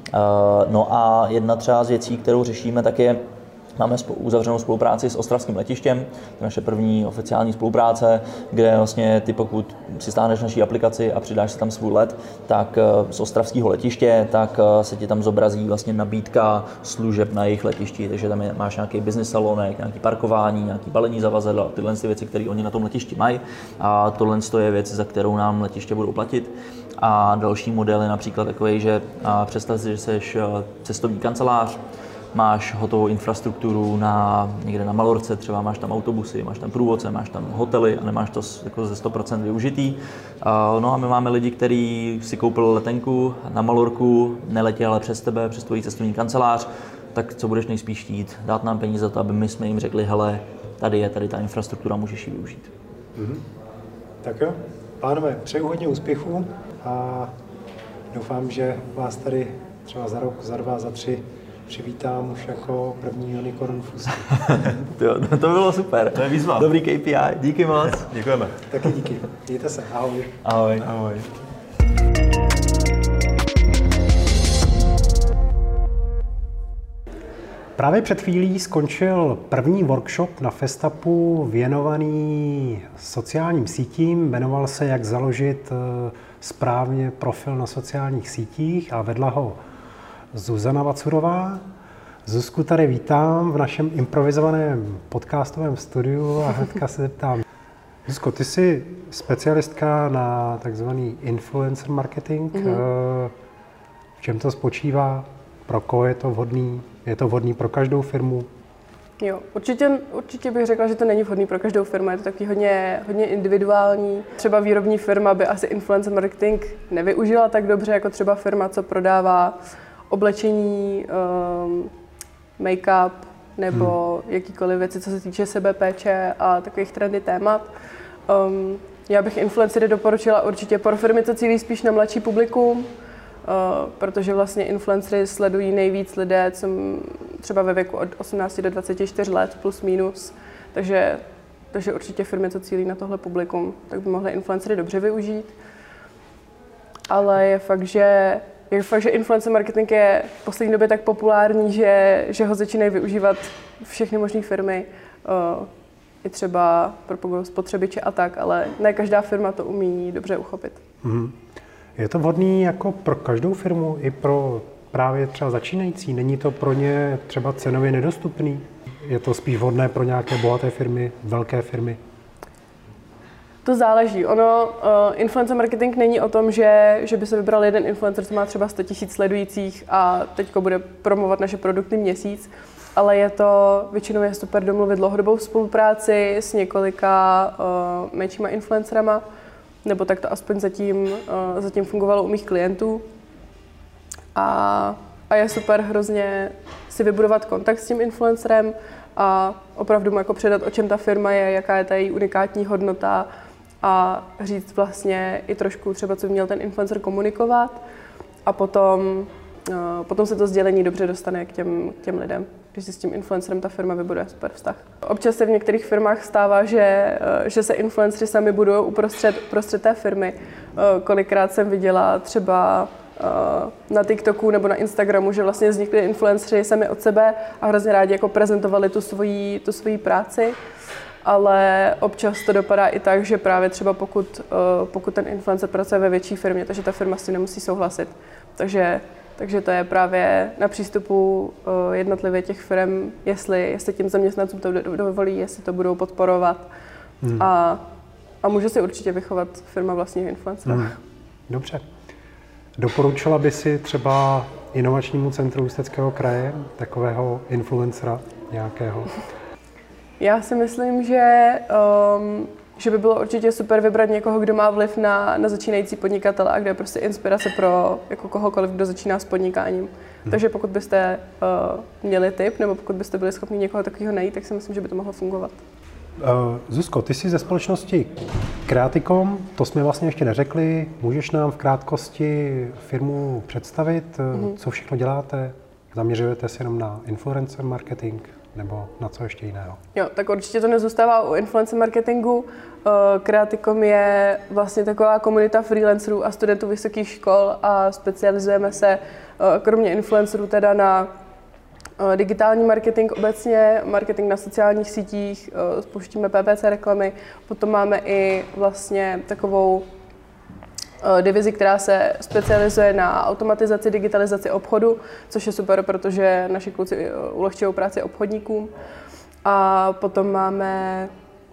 No a jedna třeba z věcí, kterou řešíme, tak je, máme uzavřenou spolupráci s ostravským letištěm, to je naše první oficiální spolupráce, kde vlastně ty, pokud si stáhneš naší aplikaci a přidáš si tam svůj let, tak z ostravského letiště, tak se ti tam zobrazí vlastně nabídka služeb na jejich letišti, takže tam je, máš nějaký business salonek, nějaký parkování, nějaký balení zavazadla, tyhle ty věci, které oni na tom letišti mají a tohle je věc, za kterou nám letiště budou platit. A další model je například takový, že představ si, že jsi cestovní kancelář, máš hotovou infrastrukturu na, někde na Malorce, třeba máš tam autobusy, máš tam průvodce, máš tam hotely a nemáš to jako ze sto procent využitý. No a my máme lidi, kteří si koupili letenku na Malorku, neletěli ale přes tebe, přes tvojí cestovní kancelář, tak co budeš nejspíš chtít? Dát nám peníze za to, aby my jsme jim řekli, hele, tady je tady ta infrastruktura, můžeš ji využít. Mm-hmm. Tak jo, pánové, přeju hodně úspěchů. a doufám, že vás tady třeba za rok, za dva, za tři přivítám už jako první unicorn fusky. to, to bylo super. To je výzva. Dobrý K P I, díky moc. Děkujeme. Taky díky. Mějte se. Ahoj. Ahoj. Ahoj. Právě před chvílí skončil první workshop na Festapu věnovaný sociálním sítím. Jmenoval se Jak založit správně profil na sociálních sítích a vedla ho Zuzana Vacurová. Zuzku tady vítám v našem improvizovaném podcastovém studiu a hnedka se zeptám. Zuzko, ty jsi specialistka na takzvaný influencer marketing. Mm-hmm. V čem to spočívá? Pro koho je to vhodný? Je to vhodný pro každou firmu? Jo, určitě, určitě bych řekla, že to není vhodný pro každou firmu. Je to taky hodně, hodně individuální. Třeba výrobní firma by asi influencer marketing nevyužila tak dobře, jako třeba firma, co prodává oblečení, um, make-up nebo hmm. jakýkoliv věci, co se týče sebepéče a takových trendy témat. Um, já bych influencery doporučila určitě pro firmy, co cílí spíš na mladší publikum, uh, protože vlastně influencery sledují nejvíc lidé, co třeba ve věku od osmnácti do dvaceti čtyř let plus minus, takže, takže určitě firmy, co cílí na tohle publikum, tak by mohly influencery dobře využít. Ale je fakt, že Je fakt, že influencer marketing je v poslední době tak populární, že, že ho začínají využívat všechny možné firmy, uh, i třeba pro spotřebiče a tak, ale ne každá firma to umí dobře uchopit. Mm. Je to vhodný jako pro každou firmu, i pro právě třeba začínající? Není to pro ně třeba cenově nedostupný? Je to spíš vhodné pro nějaké bohaté firmy, velké firmy? To záleží. Ono, uh, influencer marketing není o tom, že, že by se vybral jeden influencer, co má třeba sto tisíc sledujících a teďko bude promovat naše produkty měsíc, ale je to, většinou je super domluvit dlouhodobou spolupráci s několika uh, menšíma influencerama, nebo tak to aspoň zatím, uh, zatím fungovalo u mých klientů. A, a je super hrozně si vybudovat kontakt s tím influencerem a opravdu mu jako předat, o čem ta firma je, jaká je ta její unikátní hodnota, a říct vlastně i trošku třeba, co by měl ten influencer komunikovat a potom, potom se to sdělení dobře dostane k těm, k těm lidem, když si s tím influencerem ta firma vybuduje super vztah. Občas se v některých firmách stává, že, že se influenceri sami budují uprostřed, uprostřed té firmy. Kolikrát jsem viděla třeba na TikToku nebo na Instagramu, že vlastně vznikli influenceri sami od sebe a hrozně rádi jako prezentovali tu svoji, tu svoji práci. Ale občas to dopadá i tak, že právě třeba pokud, pokud ten influencer pracuje ve větší firmě, takže ta firma s tím nemusí souhlasit. Takže, takže to je právě na přístupu jednotlivě těch firm, jestli, jestli tím zaměstnancům to dovolí, jestli to budou podporovat. Hmm. A, a může si určitě vychovat firma vlastního influencera. Hmm. Dobře. Doporučila by si třeba inovačnímu centru Ústeckého kraje takového influencera nějakého? Já si myslím, že, um, že by bylo určitě super vybrat někoho, kdo má vliv na, na začínající podnikatele a kde je prostě inspirace pro jako kohokoliv, kdo začíná s podnikáním. Hmm. Takže pokud byste uh, měli tip, nebo pokud byste byli schopni někoho takového najít, tak si myslím, že by to mohlo fungovat. Uh, Zuzko, ty jsi ze společnosti Creaticom, to jsme vlastně ještě neřekli. Můžeš nám v krátkosti firmu představit? Hmm. Co všechno děláte? Zaměřujete se jenom na influencer marketing? Nebo na co ještě jiného? Jo, tak určitě to nezůstává u influencer marketingu. Creaticom je vlastně taková komunita freelancerů a studentů vysokých škol a specializujeme se kromě influencerů teda na digitální marketing obecně, marketing na sociálních sítích, spouštíme P P C reklamy, potom máme i vlastně takovou divizi, která se specializuje na automatizaci, digitalizaci obchodu, což je super, protože naši kluci ulehčují práci obchodníkům. A potom máme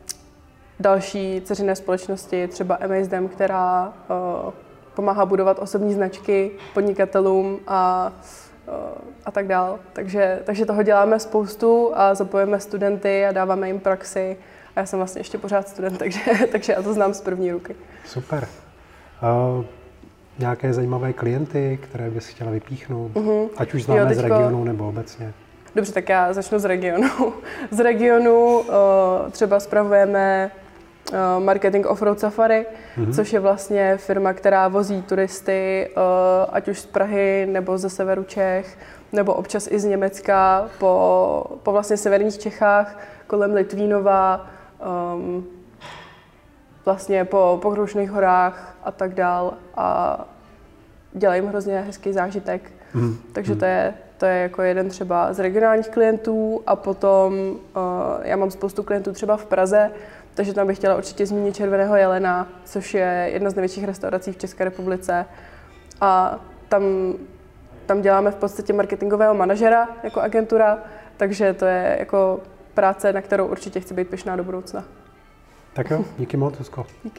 další dceřiné společnosti, třeba Amazedem, která uh, pomáhá budovat osobní značky podnikatelům a, uh, a tak dál. Takže, takže toho děláme spoustu a zapojíme studenty a dáváme jim praxi. A já jsem vlastně ještě pořád student, takže, takže já to znám z první ruky. Super. Uh, nějaké zajímavé klienty, které bys chtěla vypíchnout, uh-huh. ať už známe jo, teďko... z regionu nebo obecně? Dobře, tak já začnu z regionu. Z regionu uh, třeba spravujeme marketing Offroad Safari, mm-hmm. což je vlastně firma, která vozí turisty, ať už z Prahy nebo ze severu Čech, nebo občas i z Německa po, po vlastně severních Čechách, kolem Litvínova, um, vlastně po, po Krušných horách a tak dál a dělají jim hrozně hezký zážitek. Mm. Takže to je, to je jako jeden třeba z regionálních klientů a potom uh, já mám spoustu klientů třeba v Praze, takže tam bych chtěla určitě zmínit Červeného jelena, což je jedna z největších restaurací v České republice a tam, tam děláme v podstatě marketingového manažera jako agentura, takže to je jako práce, na kterou určitě chci být pyšná do budoucna. Tak jo, díky moc, Zuzko. Díky.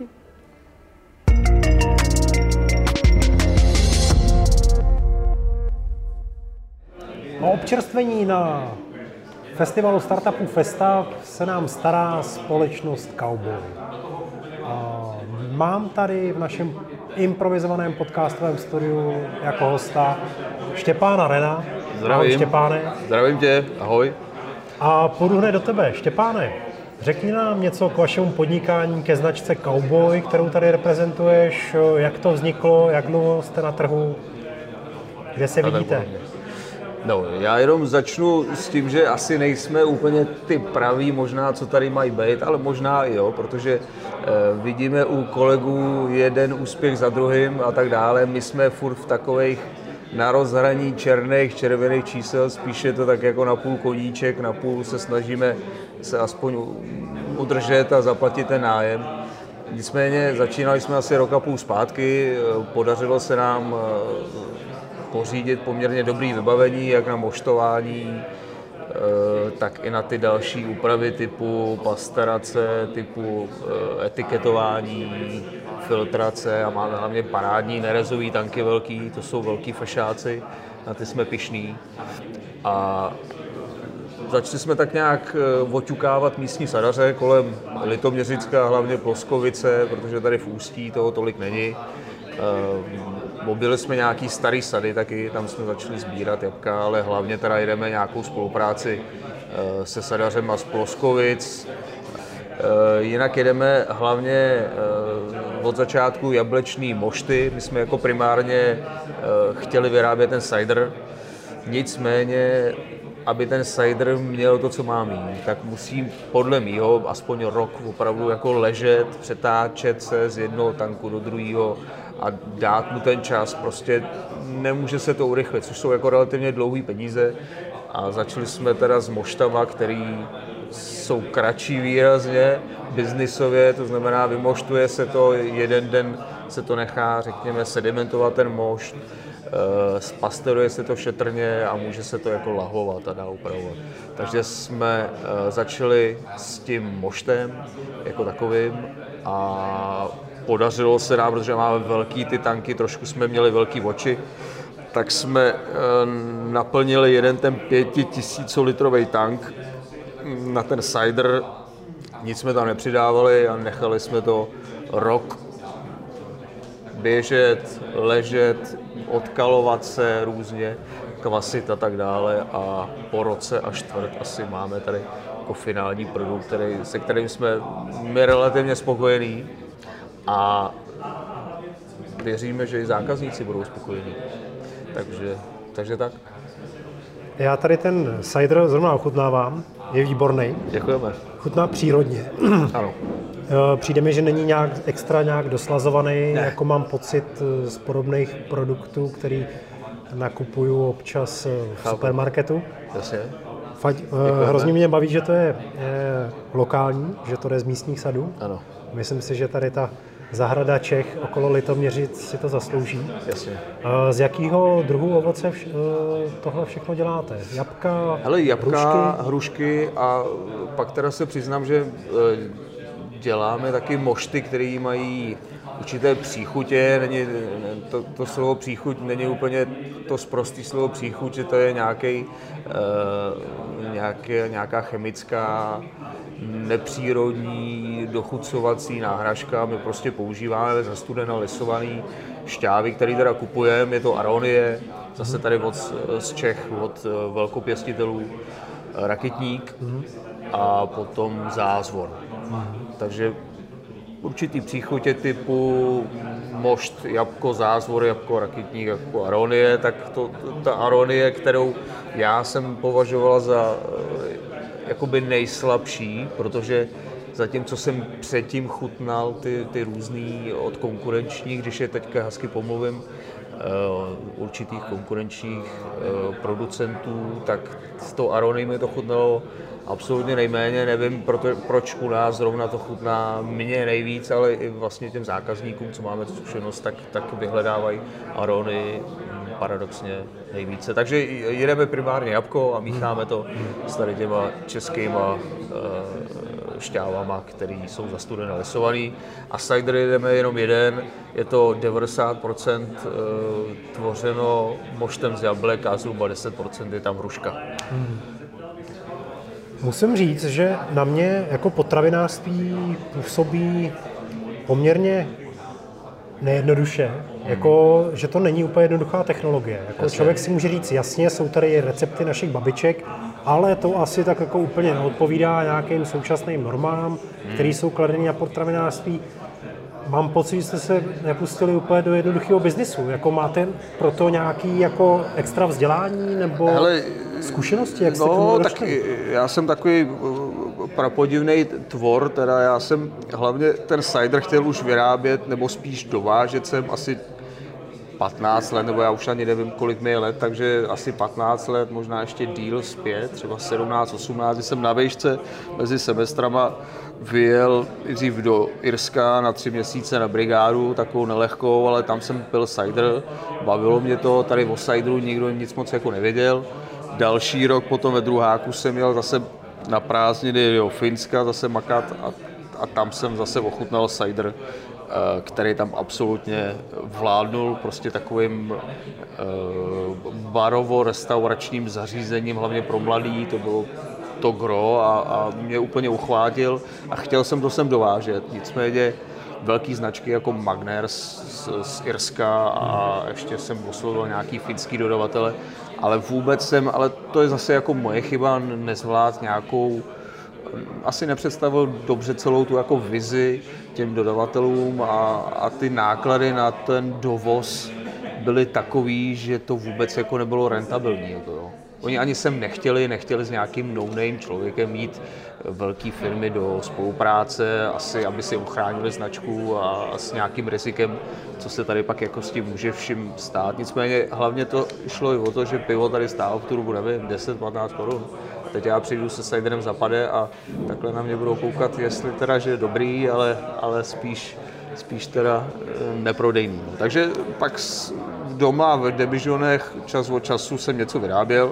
O občerstvení na festivalu startupů Festa se nám stará společnost Cowboy. Mám tady v našem improvizovaném podcastovém studiu jako hosta Štěpána Rena. Zdravím. Ahoj, Štěpáne. Zdravím tě, ahoj. A půjdu hned do tebe. Štěpáne, řekni nám něco k vašemu podnikání, ke značce Cowboy, kterou tady reprezentuješ, jak to vzniklo, jak dlouho jste na trhu, kde se vidíte? No, já jenom začnu s tím, že asi nejsme úplně ty praví, možná co tady mají být, ale možná i jo, protože eh, vidíme u kolegů jeden úspěch za druhým a tak dále. My jsme furt v takových na rozhraní černých, červených čísel, spíše to tak jako na půl koníček, na půl se snažíme se aspoň udržet a zaplatit ten nájem. Nicméně začínali jsme asi rok a půl zpátky, podařilo se nám pořídit poměrně dobré vybavení, jak na moštování, tak i na ty další úpravy typu pastarace, typu etiketování, filtrace a máme hlavně parádní nerezový tanky velký, to jsou velký fešáci, na ty jsme pyšní. A začali jsme tak nějak oťukávat místní sadaře kolem Litoměřicka, hlavně Ploskovice, protože tady v Ústí toho tolik není. Objeli jsme nějaký starý sady taky, tam jsme začali sbírat jabka, ale hlavně teda jdeme nějakou spolupráci se sadařem z Ploskovic. Jinak jedeme hlavně od začátku jablečný mošty, my jsme jako primárně chtěli vyrábět ten cider, nicméně aby ten cider měl to, co má mít, tak musí podle mýho aspoň rok opravdu jako ležet, přetáčet se z jednoho tanku do druhého a dát mu ten čas, prostě nemůže se to urychlit, což jsou jako relativně dlouhý peníze a začali jsme teda s moštama, který jsou kratší výrazně biznisově, to znamená vymoštuje se to, jeden den se to nechá, řekněme, sedimentovat ten mošt, spasteruje se to šetrně a může se to jako lahvovat a dál upravovat. Takže jsme začali s tím moštem jako takovým a podařilo se nám, protože máme velký ty tanky, trošku jsme měli velký oči, tak jsme naplnili jeden ten pětitisícolitrový tank na ten cider, nic jsme tam nepřidávali a nechali jsme to rok běžet, ležet, odkalovat se různě, kvasit a tak dále a po roce a čtvrt asi máme tady jako finální produkt, který, se kterým jsme my relativně spokojení a věříme, že i zákazníci budou spokojení. Takže, takže tak. Já tady ten cider zrovna ochutnávám, je výborný. Děkujeme. Chutná přírodně. Ano. Přijde mi, že není nějak extra nějak doslazovaný, ne. Jako mám pocit z podobných produktů, který nakupuju občas v Chápu. supermarketu. Jasně. Fať, hrozně mě baví, že to je, je lokální, že to jde z místních sadů. Ano. Myslím si, že tady ta zahrada Čech okolo Litoměřic si to zaslouží. Jasně. Z jakého druhu ovoce vš- tohle všechno děláte? Jabka, Hele, jabka, hrušky? hrušky a pak teda se přiznám, že děláme taky mošty, které mají určité příchutě. Není, to, to slovo příchuť není úplně to sprostý slovo příchuť, že to je nějaký, uh, nějaké, nějaká chemická, nepřírodní dochucovací náhražka. My prostě používáme zastudené lisované šťávy, které teda kupujeme. Je to aronie, zase tady od, z Čech, od velkopěstitelů, rakitník a potom zázvor. Takže určitý příchutě typu mošt, jabko, zázvor, jabko, rakitník, jabko, aronie, tak to, ta aronie, kterou já jsem považoval za jakoby nejslabší, protože zatímco jsem předtím chutnal ty, ty různý od konkurenčních, když je teďka hezky pomluvím, určitých konkurenčních producentů, tak s tou aronii mi to chutnalo absolutně nejméně. Nevím, proto, proč u nás zrovna to chutná mně nejvíc, ale i vlastně těm zákazníkům, co máme tu zkušenost, tak, tak vyhledávají aronii paradoxně nejvíce. Takže jedeme primárně jabko a mícháme to s tady těma českýma šťávama, které jsou zastudené lesovaný. A cider jdeme jenom jeden, je to devadesát procent tvořeno moštem z jablek a zhruba deset procent je tam hruška. Hmm. Musím říct, že na mě jako potravinářství působí poměrně nejednoduše, jako, že to není úplně jednoduchá technologie. Jako člověk si může říct, jasně, jsou tady recepty našich babiček, ale to asi tak jako úplně neodpovídá nějakým současným normám, které jsou kladeny na potravinářství. Mám pocit, že jste se nepustili úplně do jednoduchého biznisu. Jako máte proto nějaký jako extra vzdělání nebo Hele, zkušenosti, jak no, se k tomu tak já jsem takový prapodivnej tvor, teda já jsem hlavně ten cider chtěl už vyrábět, nebo spíš dovážet jsem asi patnáct let, nebo já už ani nevím, kolik mi je let, takže asi patnáct let, možná ještě díl zpět, třeba sedmnáct, osmnáct, když jsem na vejšce mezi semestrama vyjel dřív do Irska na tři měsíce na brigádu, takovou nelehkou, ale tam jsem pil cider, bavilo mě to, tady o cideru nikdo nic moc jako nevěděl. Další rok potom ve druháku jsem jel zase na prázdniny do Finska, zase makat a, a tam jsem zase ochutnal cider, který tam absolutně vládnul prostě takovým barovo-restauračním zařízením, hlavně pro mladý, to bylo to gro a, a mě úplně uchvátil a chtěl jsem to sem dovážet, nicméně velký značky jako Magner z, z Irska a ještě jsem oslovil nějaký finský dodavatele, ale vůbec jsem, ale to je zase jako moje chyba, nezvlád nějakou, asi nepředstavil dobře celou tu jako vizi těm dodavatelům a, a ty náklady na ten dovoz byly takový, že to vůbec jako nebylo rentabilní. Jako jo. Oni ani sem nechtěli, nechtěli s nějakým no-name člověkem mít velké firmy do spolupráce, asi aby si ochránili značku a, a s nějakým rizikem, co se tady pak jako s tím může všim stát. Nicméně hlavně to šlo i o to, že pivo tady stálo v tu dobu, nevím, deset patnáct korun. Teď já přijdu se ciderem zapade a takhle na mě budou koukat, jestli teda, že je dobrý, ale, ale spíš, spíš teda neprodejný. Takže pak doma v Debižonech čas od času jsem něco vyráběl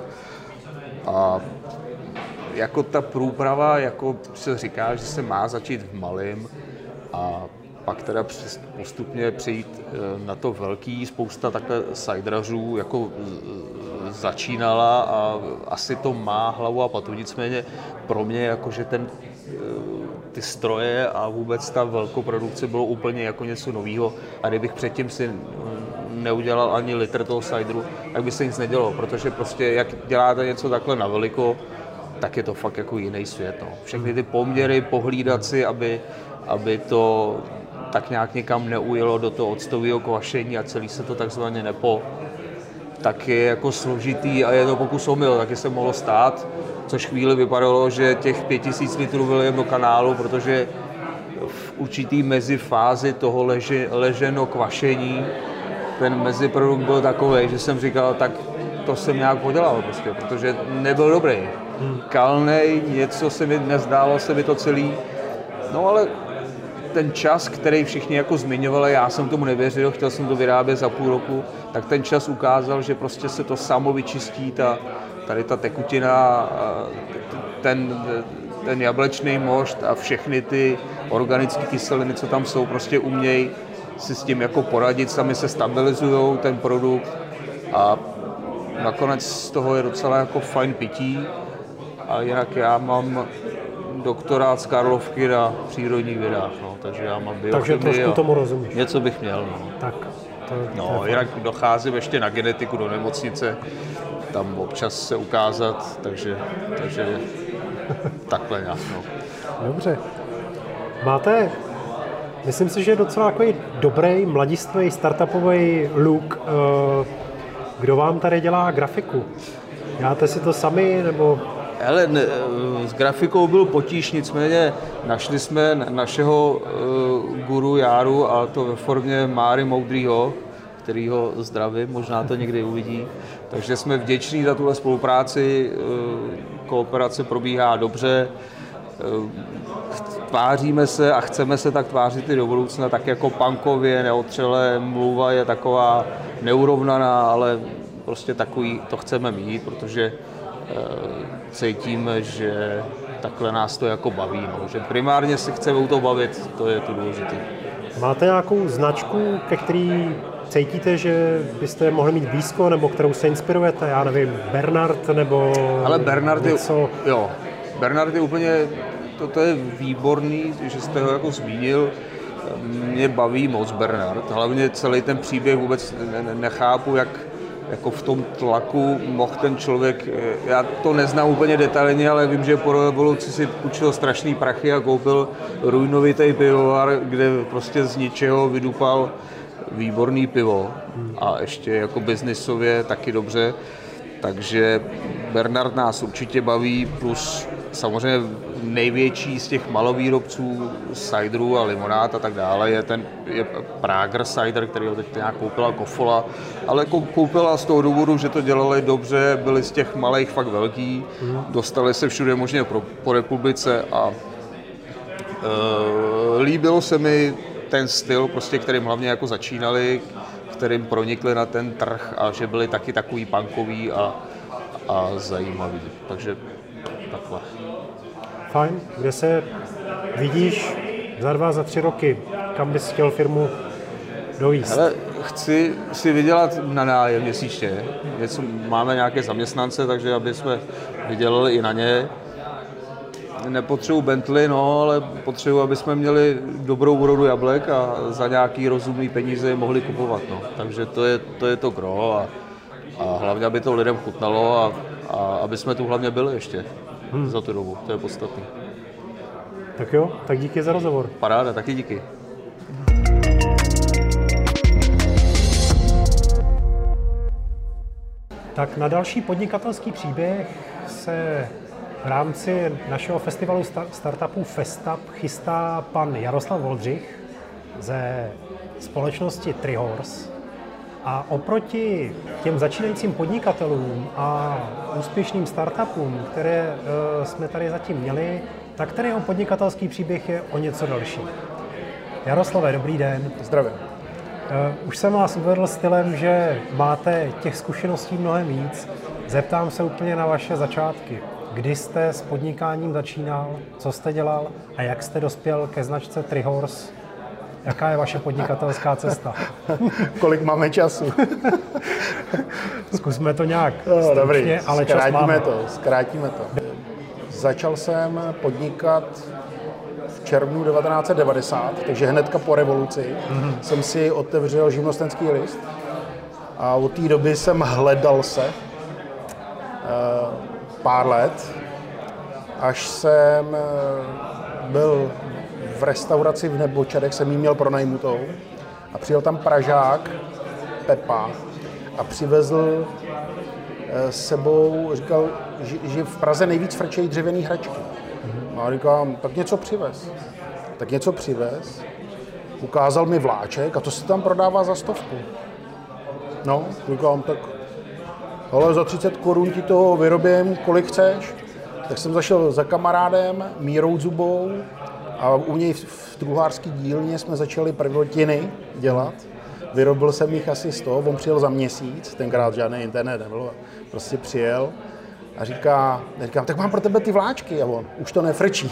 a jako ta průprava, jako se říká, že se má začít v malém a pak teda postupně přejít na to velký, spousta takhle cidrařů jako začínala a asi to má hlavu a patu, nicméně pro mě jakože ten, ty stroje a vůbec ta velkoprodukce bylo úplně jako něco nového a kdybych předtím si neudělal ani litr toho cideru, tak by se nic nedělo, protože prostě jak děláte něco takhle na veliko, tak je to fakt jako jiný svět. No. Všechny ty poměry, pohlídat si, aby, aby to tak nějak někam neujelo do toho octového kvašení a celý se to takzvaně nepo, tak je jako složitý a je to pokus omyl, taky se mohlo stát, což chvíli vypadalo, že těch pět tisíc litrů vylijeme do kanálu, protože v určitý mezifázi toho leži, leženo kvašení ten meziprodukt byl takovej, že jsem říkal, tak to jsem nějak podělal prostě, protože nebyl dobrý. Kalnej, něco se mi nezdálo, se mi to celý, no ale ten čas, který všichni jako zmiňovali, já jsem tomu nevěřil, chtěl jsem to vyrábět za půl roku, tak ten čas ukázal, že prostě se to samo vyčistí, ta, tady ta tekutina, ten, ten jablečný mošt a všechny ty organické kyseliny, co tam jsou, prostě umějí si s tím jako poradit, sami se stabilizují ten produkt a nakonec z toho je docela jako fajn pití a jinak já mám doktorát z Karlovky na přírodních vědách, no, takže já mám biochemii. Takže trošku tomu rozumíš. Něco bych měl, no. Tak, to, no, to jinak docházím ještě na genetiku do nemocnice, tam občas se ukázat, takže, takže takhle nějak, no. Dobře. Máte Myslím si, že je docela takový dobrý, mladistvý, startupový look. Kdo vám tady dělá grafiku? Děláte si to sami, nebo... Hele, ne, s grafikou byl potíž, nicméně našli jsme našeho uh, guru Járu, a to ve formě Máry Moudrýho, kterýho zdravím, možná to někdy uvidí. Takže jsme vděční za tuhle spolupráci, uh, kooperace probíhá dobře, uh, tváříme se a chceme se tak tvářit i do budoucna, tak jako punkově, neotřelé, mluva je taková neurovnaná, ale prostě takový to chceme mít, protože cítíme, že takhle nás to jako baví, no. Že primárně si chceme u toho bavit, to je to důležité. Máte nějakou značku, ke který cítíte, že byste mohli mít blízko, nebo kterou se inspirujete? Já nevím, Bernard nebo Ale Bernard něco? Je, jo, Bernard je úplně, to, to je výborný, že jste ho jako zmínil. Mě baví moc Bernard, hlavně celý ten příběh vůbec nechápu, jak jako v tom tlaku mohl ten člověk, já to neznám úplně detailně, ale vím, že po revoluci si půjčil strašný prachy a koupil ruinovitý pivovar, kde prostě z ničeho vydupal výborný pivo a ještě jako biznisově taky dobře. Takže Bernard nás určitě baví, plus samozřejmě největší z těch malovýrobců ciderů a limonád a tak dále je ten je Prager cider, který ho teď nějak koupila Kofola, ale koupila z toho důvodu, že to dělali dobře, byli z těch malých fakt velký, dostali se všude možně po, po republice a e, líbilo se mi ten styl, prostě, kterým hlavně jako začínali, kterým pronikli na ten trh a že byli taky takový punkový a, a zajímavý. Takže takhle. Fajn. Kde se vidíš za dva, za tři roky? Kam bys chtěl firmu dojíst? Hele, chci si vydělat na nájem měsíčně. Něco, máme nějaké zaměstnance, takže aby jsme vydělali i na ně. Nepotřebuji Bentley, no, ale potřebuji, aby jsme měli dobrou úrodu jablek a za nějaký rozumný peníze je mohli kupovat. No. Takže to je to, je to gro a, a hlavně, aby to lidem chutnalo a, a aby jsme tu hlavně byli ještě hmm. za tu dobu. To je podstatné. Tak jo, tak díky za rozhovor. Paráda, taky díky. Tak na další podnikatelský příběh se v rámci našeho festivalu startupů Festap chystá pan Jaroslav Voldřich ze společnosti Trihorse. A oproti těm začínajícím podnikatelům a úspěšným startupům, které uh, jsme tady zatím měli, tak ten jeho podnikatelský příběh je o něco další. Jaroslave, dobrý den. Zdravím. Uh, už jsem vás uvedl stylem, že máte těch zkušeností mnohem víc. Zeptám se úplně na vaše začátky. Kdy jste s podnikáním začínal, co jste dělal a jak jste dospěl ke značce Trihorse? Jaká je vaše podnikatelská cesta? Kolik máme času? Zkusme to nějak no, stručně, dobrý. ale čas máme. to, zkrátíme to. Začal jsem podnikat v červnu devatenáct set devadesát, takže hnedka po revoluci mm-hmm. jsem si otevřel živnostenský list a od té doby jsem hledal se uh, pár let, až jsem byl v restauraci v Nebočadech, jsem jí měl pronajmutou a přijel tam Pražák Pepa a přivezl s sebou, říkal, že v Praze nejvíc frčejí dřevěný hračky. No a říkám, tak něco přivez. Tak něco přivez, ukázal mi vláček a to se tam prodává za stovku. No, říkám, tak ale za třicet korun ti toho vyrobím, kolik chceš. Tak jsem zašel za kamarádem Mírou Zubou a u něj v druhářský dílně jsme začali prvotiny dělat. Vyrobil jsem jich asi sto, on přijel za měsíc, tenkrát žádný internet nebyl, prostě přijel a říká, říkám, tak mám pro tebe ty vláčky a on, už to nefrčí.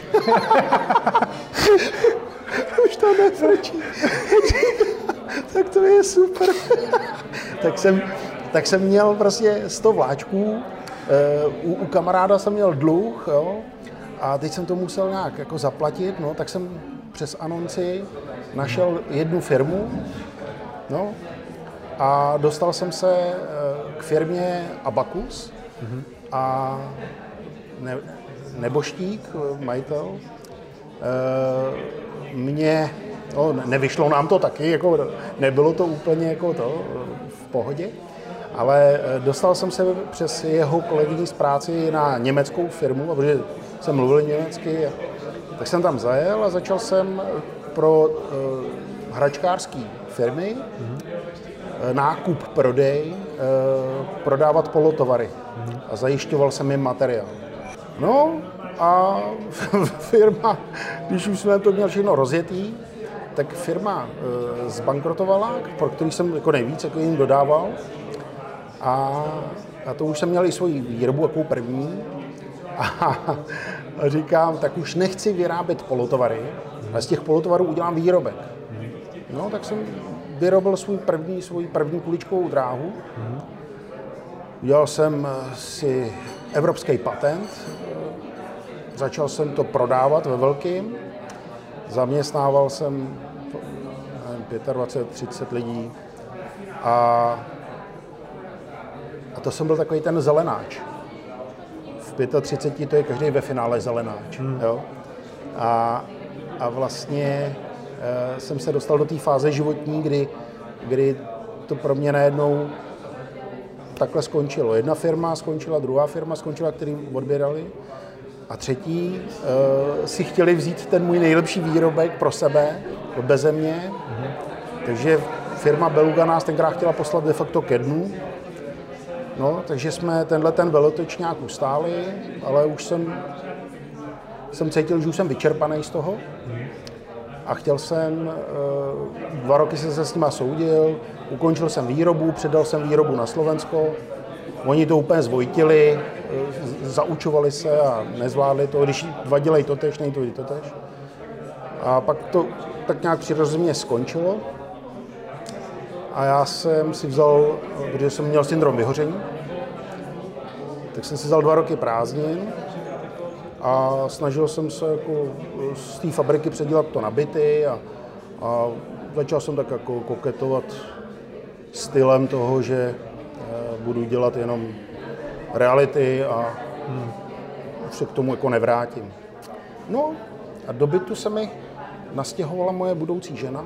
Už to nefrčí. Tak to je super. tak jsem Tak jsem měl prostě sto vláčků, u, u kamaráda jsem měl dluh, jo, a teď jsem to musel nějak jako zaplatit, no, tak jsem přes anonci našel jednu firmu, no, a dostal jsem se k firmě Abacus mm-hmm. a ne, Neboštík, majitel, mě No, nevyšlo nám to taky, jako nebylo to úplně jako to v pohodě, ale dostal jsem se přes jeho kolegyni z práci na německou firmu, protože jsem mluvil německy, tak jsem tam zajel a začal jsem pro uh, hračkářské firmy mm-hmm. nákup, prodej, uh, prodávat polotovary mm-hmm. a zajišťoval jsem jim materiál. No a firma, když už jsme to měli všechno rozjetý, tak firma e, zbankrotovala, pro který jsem jako nejvíc jako jim dodával. A, a to už jsem měl i svoji výrobu jako první. A, a říkám, tak už nechci vyrábět polotovary, ale z těch polotovarů udělám výrobek. No, tak jsem vyrobil svůj první, svůj první kuličkovou dráhu. Udělal jsem si evropský patent. Začal jsem to prodávat ve velkým. Zaměstnával jsem dvacet pět třicet lidí a, a to jsem byl takový ten zelenáč. V třicet pěti to je každý ve finále zelenáč. Hmm. Jo? A, a vlastně e, jsem se dostal do té fáze životní, kdy, kdy to pro mě najednou takhle skončilo. Jedna firma skončila, druhá firma skončila, který odběrali. A třetí uh, si chtěli vzít ten můj nejlepší výrobek pro sebe, beze mě. Mm-hmm. Takže firma Beluga nás tenkrát chtěla poslat de facto ke dnu. No, takže jsme tenhle ten veletočňák ustáli, ale už jsem, jsem cítil, že už jsem vyčerpaný z toho. Mm-hmm. A chtěl jsem, uh, dva roky jsem se s nima soudil, ukončil jsem výrobu, předal jsem výrobu na Slovensko. Oni to úplně zvojtili, zaučovali se a nezvládli to, když dva dělají totéž, nejde to totéž. A pak to tak nějak přirozeně skončilo. A já jsem si vzal, protože jsem měl syndrom vyhoření, tak jsem si vzal dva roky prázdnin a snažil jsem se jako z té fabriky předělat to na byty a, a začal jsem tak jako koketovat stylem toho, že budu dělat jenom reality a hmm. už se k tomu jako nevrátím. No a do bytu se mi nastěhovala moje budoucí žena,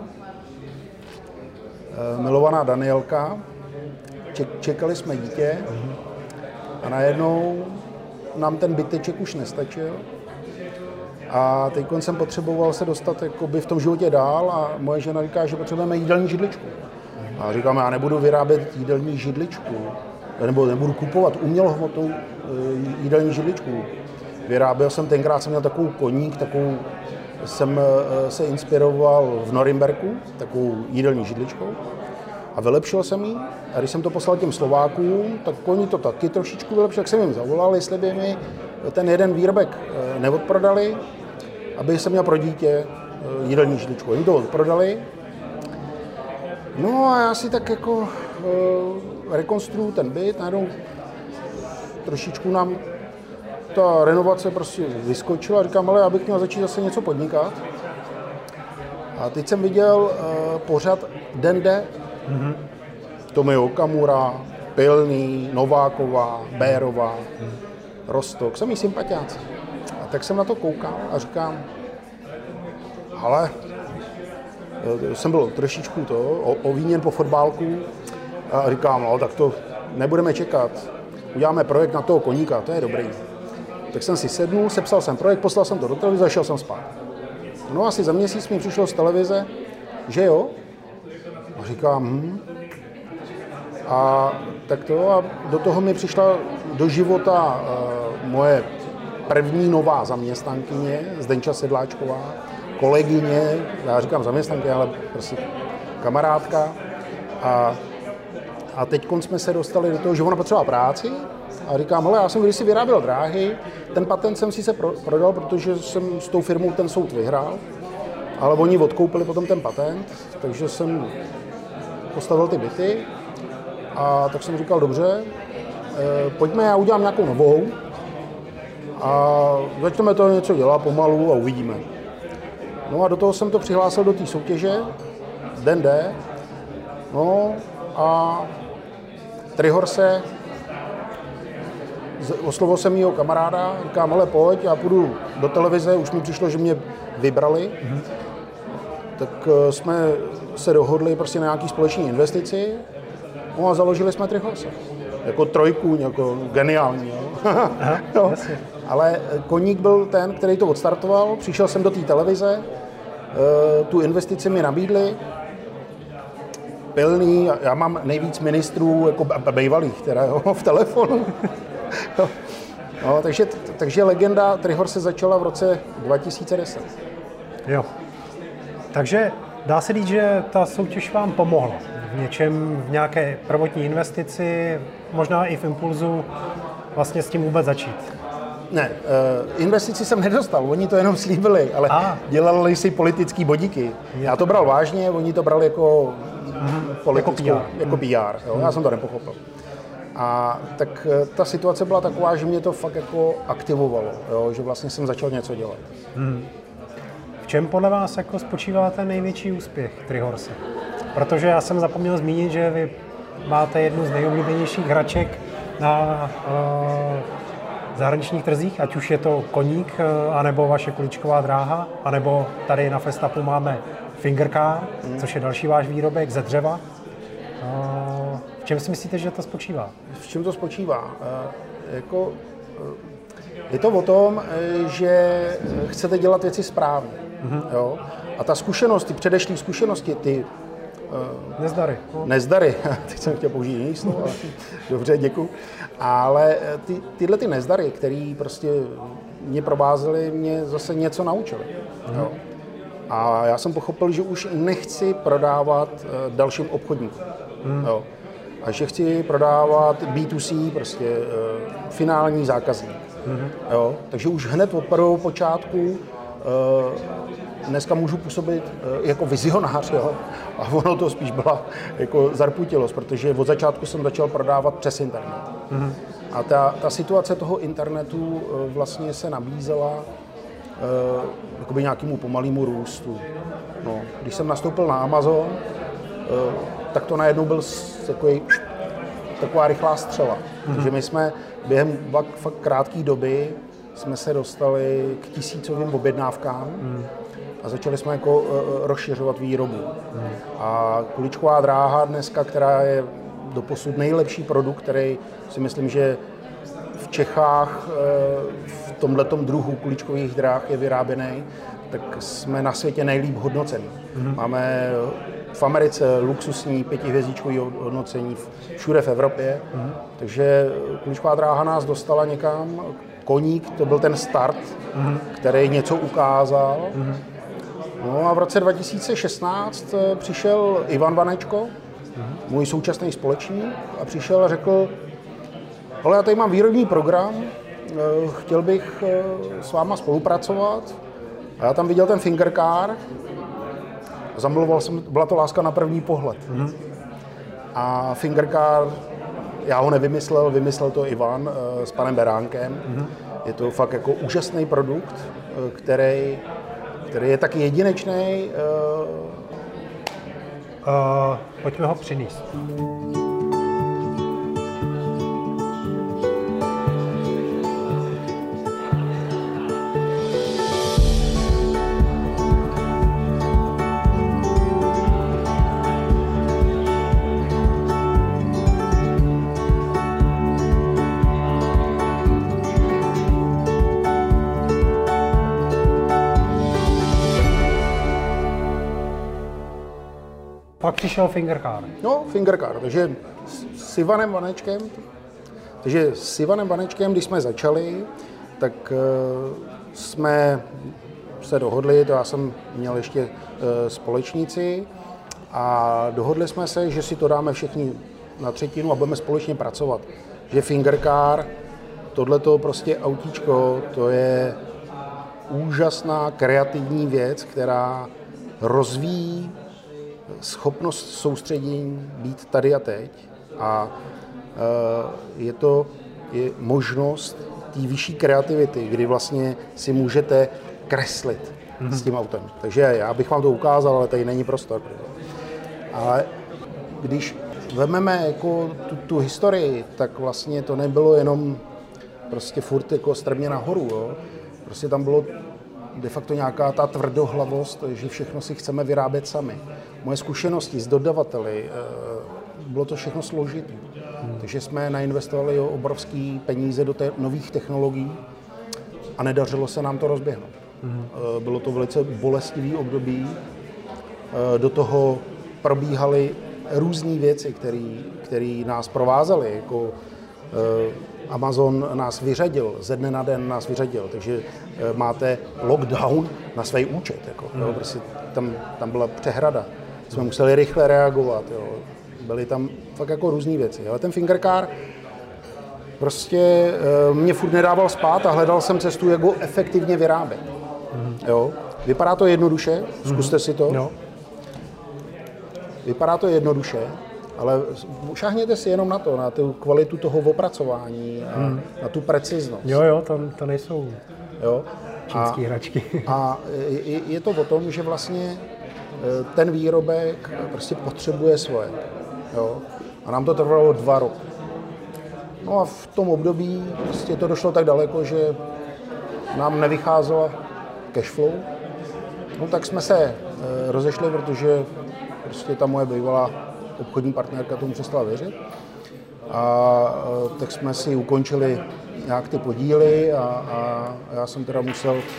milovaná Danielka. Čekali jsme dítě a najednou nám ten byteček už nestačil. A teď jsem potřeboval se dostat jakoby v tom životě dál a moje žena říká, že potřebujeme jídelní židličku. A říkám, já nebudu vyrábět jídelní židličku, nebo nebudu kupovat umělohmotnou jídelní židličku. Vyráběl jsem, tenkrát jsem měl takovou koník, takovou jsem se inspiroval v Norimberku, takovou jídelní židličkou. A vylepšil jsem ji. A když jsem to poslal těm Slovákům, tak oni to taky trošičku vylepšili, tak jsem jim zavolal, jestli by mi ten jeden výrobek neodprodali, aby jsem měl pro dítě jídelní židličku. Oni to odprodali. No a já si tak jako uh, rekonstruju ten byt, najednou trošičku nám ta renovace prostě vyskočila, říkám, ale já bych měl začít zase něco podnikat. A teď jsem viděl uh, pořad Den D. Mm-hmm. Tomio Okamura, Pilný, Nováková, Bérová, mm-hmm. Rostok, jsem jí sympatiáci. A tak jsem na to koukal a říkám, ale jsem byl trošičku to, ovíněn po fotbálku a říkám, no tak to nebudeme čekat, uděláme projekt na toho koníka, to je dobrý. Tak jsem si sednul, sepsal jsem projekt, poslal jsem to do televize a šel jsem spát. No asi za měsíc mi přišlo z televize, že jo, a říkám, hm. A tak to a do toho mi přišla do života uh, moje první nová zaměstnankyně, Zdenča Sedláčková, kolegyně, já říkám zaměstnanky, ale prostě kamarádka. A, a teď jsme se dostali do toho, že ona potřebovala práci a říkám, hele, já jsem když si vyráběl dráhy, ten patent jsem si se pro, prodal, protože jsem s tou firmou ten soud vyhrál, ale oni odkoupili potom ten patent, takže jsem postavil ty byty a tak jsem říkal, dobře, eh, pojďme, já udělám nějakou novou a začneme to něco dělat pomalu a uvidíme. No a do toho jsem to přihlásil do té soutěže, Den D, no a Trihorse, oslovil jsem mýho kamaráda, říkám, hele pojď, já půjdu do televize, už mi přišlo, že mě vybrali. Mm-hmm. tak jsme se dohodli prostě na nějaký společný investici, no a založili jsme Trihorse. Jako trojku, jako geniální. Jo. Aha, no. Ale Koník byl ten, který to odstartoval, přišel jsem do té televize, tu investici mi nabídli, pilný, já mám nejvíc ministrů jako bývalých, teda jo, v telefonu. No, takže, takže legenda Trihorse začala v roce dva tisíce deset. Jo. Takže dá se říct, že ta soutěž vám pomohla v něčem, v nějaké prvotní investici, možná i v impulzu vlastně s tím vůbec začít. Ne, investici jsem nedostal, oni to jenom slíbili, ale A. dělali si politický bodíky. Já to bral vážně, oni to brali jako mm-hmm. politickou, jako P R. Jako P R jo? Mm. Já jsem to nepochopil. A tak ta situace byla taková, že mě to fakt jako aktivovalo, jo? Že vlastně jsem začal něco dělat. Mm. V čem podle vás jako spočívá ten největší úspěch Trihorse? Protože já jsem zapomněl zmínit, že vy máte jednu z nejoblíbenějších hraček na uh, zahraničních trzích, ať už je to Koník, anebo vaše kuličková dráha, anebo tady na Festapu máme Fingercar, mm. což je další váš výrobek ze dřeva. V čem si myslíte, že to spočívá? V čem to spočívá? Jako, je to o tom, že chcete dělat věci správně. Mm-hmm. Jo? A ta zkušenost, ty předešlé zkušenosti, ty Nezdary. Nezdary, teď jsem chtěl použít jiný slovo, ale dobře, děkuji. Ale ty, tyhle ty nezdary, které prostě mě provázely, mě zase něco naučily. Mm. Jo. A já jsem pochopil, že už nechci prodávat uh, dalším obchodníkům. Mm. Jo. A že chci prodávat B dvě C, prostě uh, finální zákazník. Mm. Jo. Takže už hned od prvého počátku uh, dneska můžu působit jako vizionář, jo? A ono to spíš byla jako zarputilost, protože od začátku jsem začal prodávat přes internet. Mm-hmm. A ta, ta situace toho internetu vlastně se nabízela uh, jakoby nějakému pomalému růstu. No, když jsem nastoupil na Amazon, uh, tak to najednou byl takový, taková rychlá střela. Mm-hmm. Takže my jsme během fakt krátké doby jsme se dostali k tisícovým objednávkám. Mm. A začali jsme jako uh, rozšiřovat výrobu. Hmm. A kuličková dráha dneska, která je doposud nejlepší produkt, který si myslím, že v Čechách uh, v tomhletom druhu kuličkových dráh je vyráběný, tak jsme na světě nejlíp hodnocení. Hmm. Máme v Americe luxusní pětihvězdičkový hodnocení, všude v Evropě. Hmm. Takže kuličková dráha nás dostala někam. Koník, to byl ten start, hmm. který něco ukázal. Hmm. No a v roce dva tisíce šestnáct přišel Ivan Vanečko, mm-hmm. můj současný společník, a přišel a řekl, ale já tady mám výrobní program, chtěl bych s váma spolupracovat. A já tam viděl ten Fingercar, zamluval jsem, byla to láska na první pohled. Mm-hmm. A Fingercar, já ho nevymyslel, vymyslel to Ivan s panem Beránkem. Mm-hmm. Je to fakt jako úžasný produkt, který který je taky jedinečný. Uh... Uh, pojďme ho přinést. Pak přišel Fingercar. No, Fingercar, takže s Ivanem Vanečkem, takže s Ivanem Vanečkem, když jsme začali, tak uh, jsme se dohodli, to já jsem měl ještě uh, společníci, a dohodli jsme se, že si to dáme všichni na třetinu a budeme společně pracovat. Že Fingercar, tohleto prostě autíčko, to je úžasná kreativní věc, která rozvíjí schopnost soustředění být tady a teď, a e, je to je možnost té vyšší kreativity, kdy vlastně si můžete kreslit mm-hmm. s tím autem. Takže já bych vám to ukázal, ale tady není prostor. Ale když vezmeme jako tu, tu historii, tak vlastně to nebylo jenom prostě furt jako strmě nahoru. Jo. Prostě tam bylo de facto nějaká ta tvrdohlavost, že všechno si chceme vyrábět sami. Moje zkušenosti s dodavateli, bylo to všechno složité. Hmm. Takže jsme nainvestovali obrovské peníze do te- nových technologií a nedařilo se nám to rozběhnout. Hmm. Bylo to velice bolestivý období. Do toho probíhaly různé věci, které nás provázely. Jako Amazon nás vyřadil, ze dne na den nás vyřadil, takže máte lockdown na svůj účet. Jako, jo, prostě tam, tam byla přehrada. Jsme museli rychle reagovat. Jo. Byly tam fakt jako různé věci. Ale ten Fingercar prostě mě furt nedával spát a hledal jsem cestu, jak ho efektivně vyrábět. Jo. Vypadá to jednoduše, zkuste si to. Jo. Vypadá to jednoduše, ale šáhněte si jenom na to, na tu kvalitu toho opracování a hmm. na tu preciznost. Jo, jo, to, to nejsou jo. čínský a, hračky. A je, je to o tom, že vlastně ten výrobek prostě potřebuje svoje. Jo. A nám to trvalo dva roky. No a v tom období prostě to došlo tak daleko, že nám nevycházela cash flow. No tak jsme se rozešli, protože prostě ta moje bývalá obchodní partnerka tomu přestala věřit. A tak jsme si ukončili nějak ty podíly a, a já jsem teda musel uh,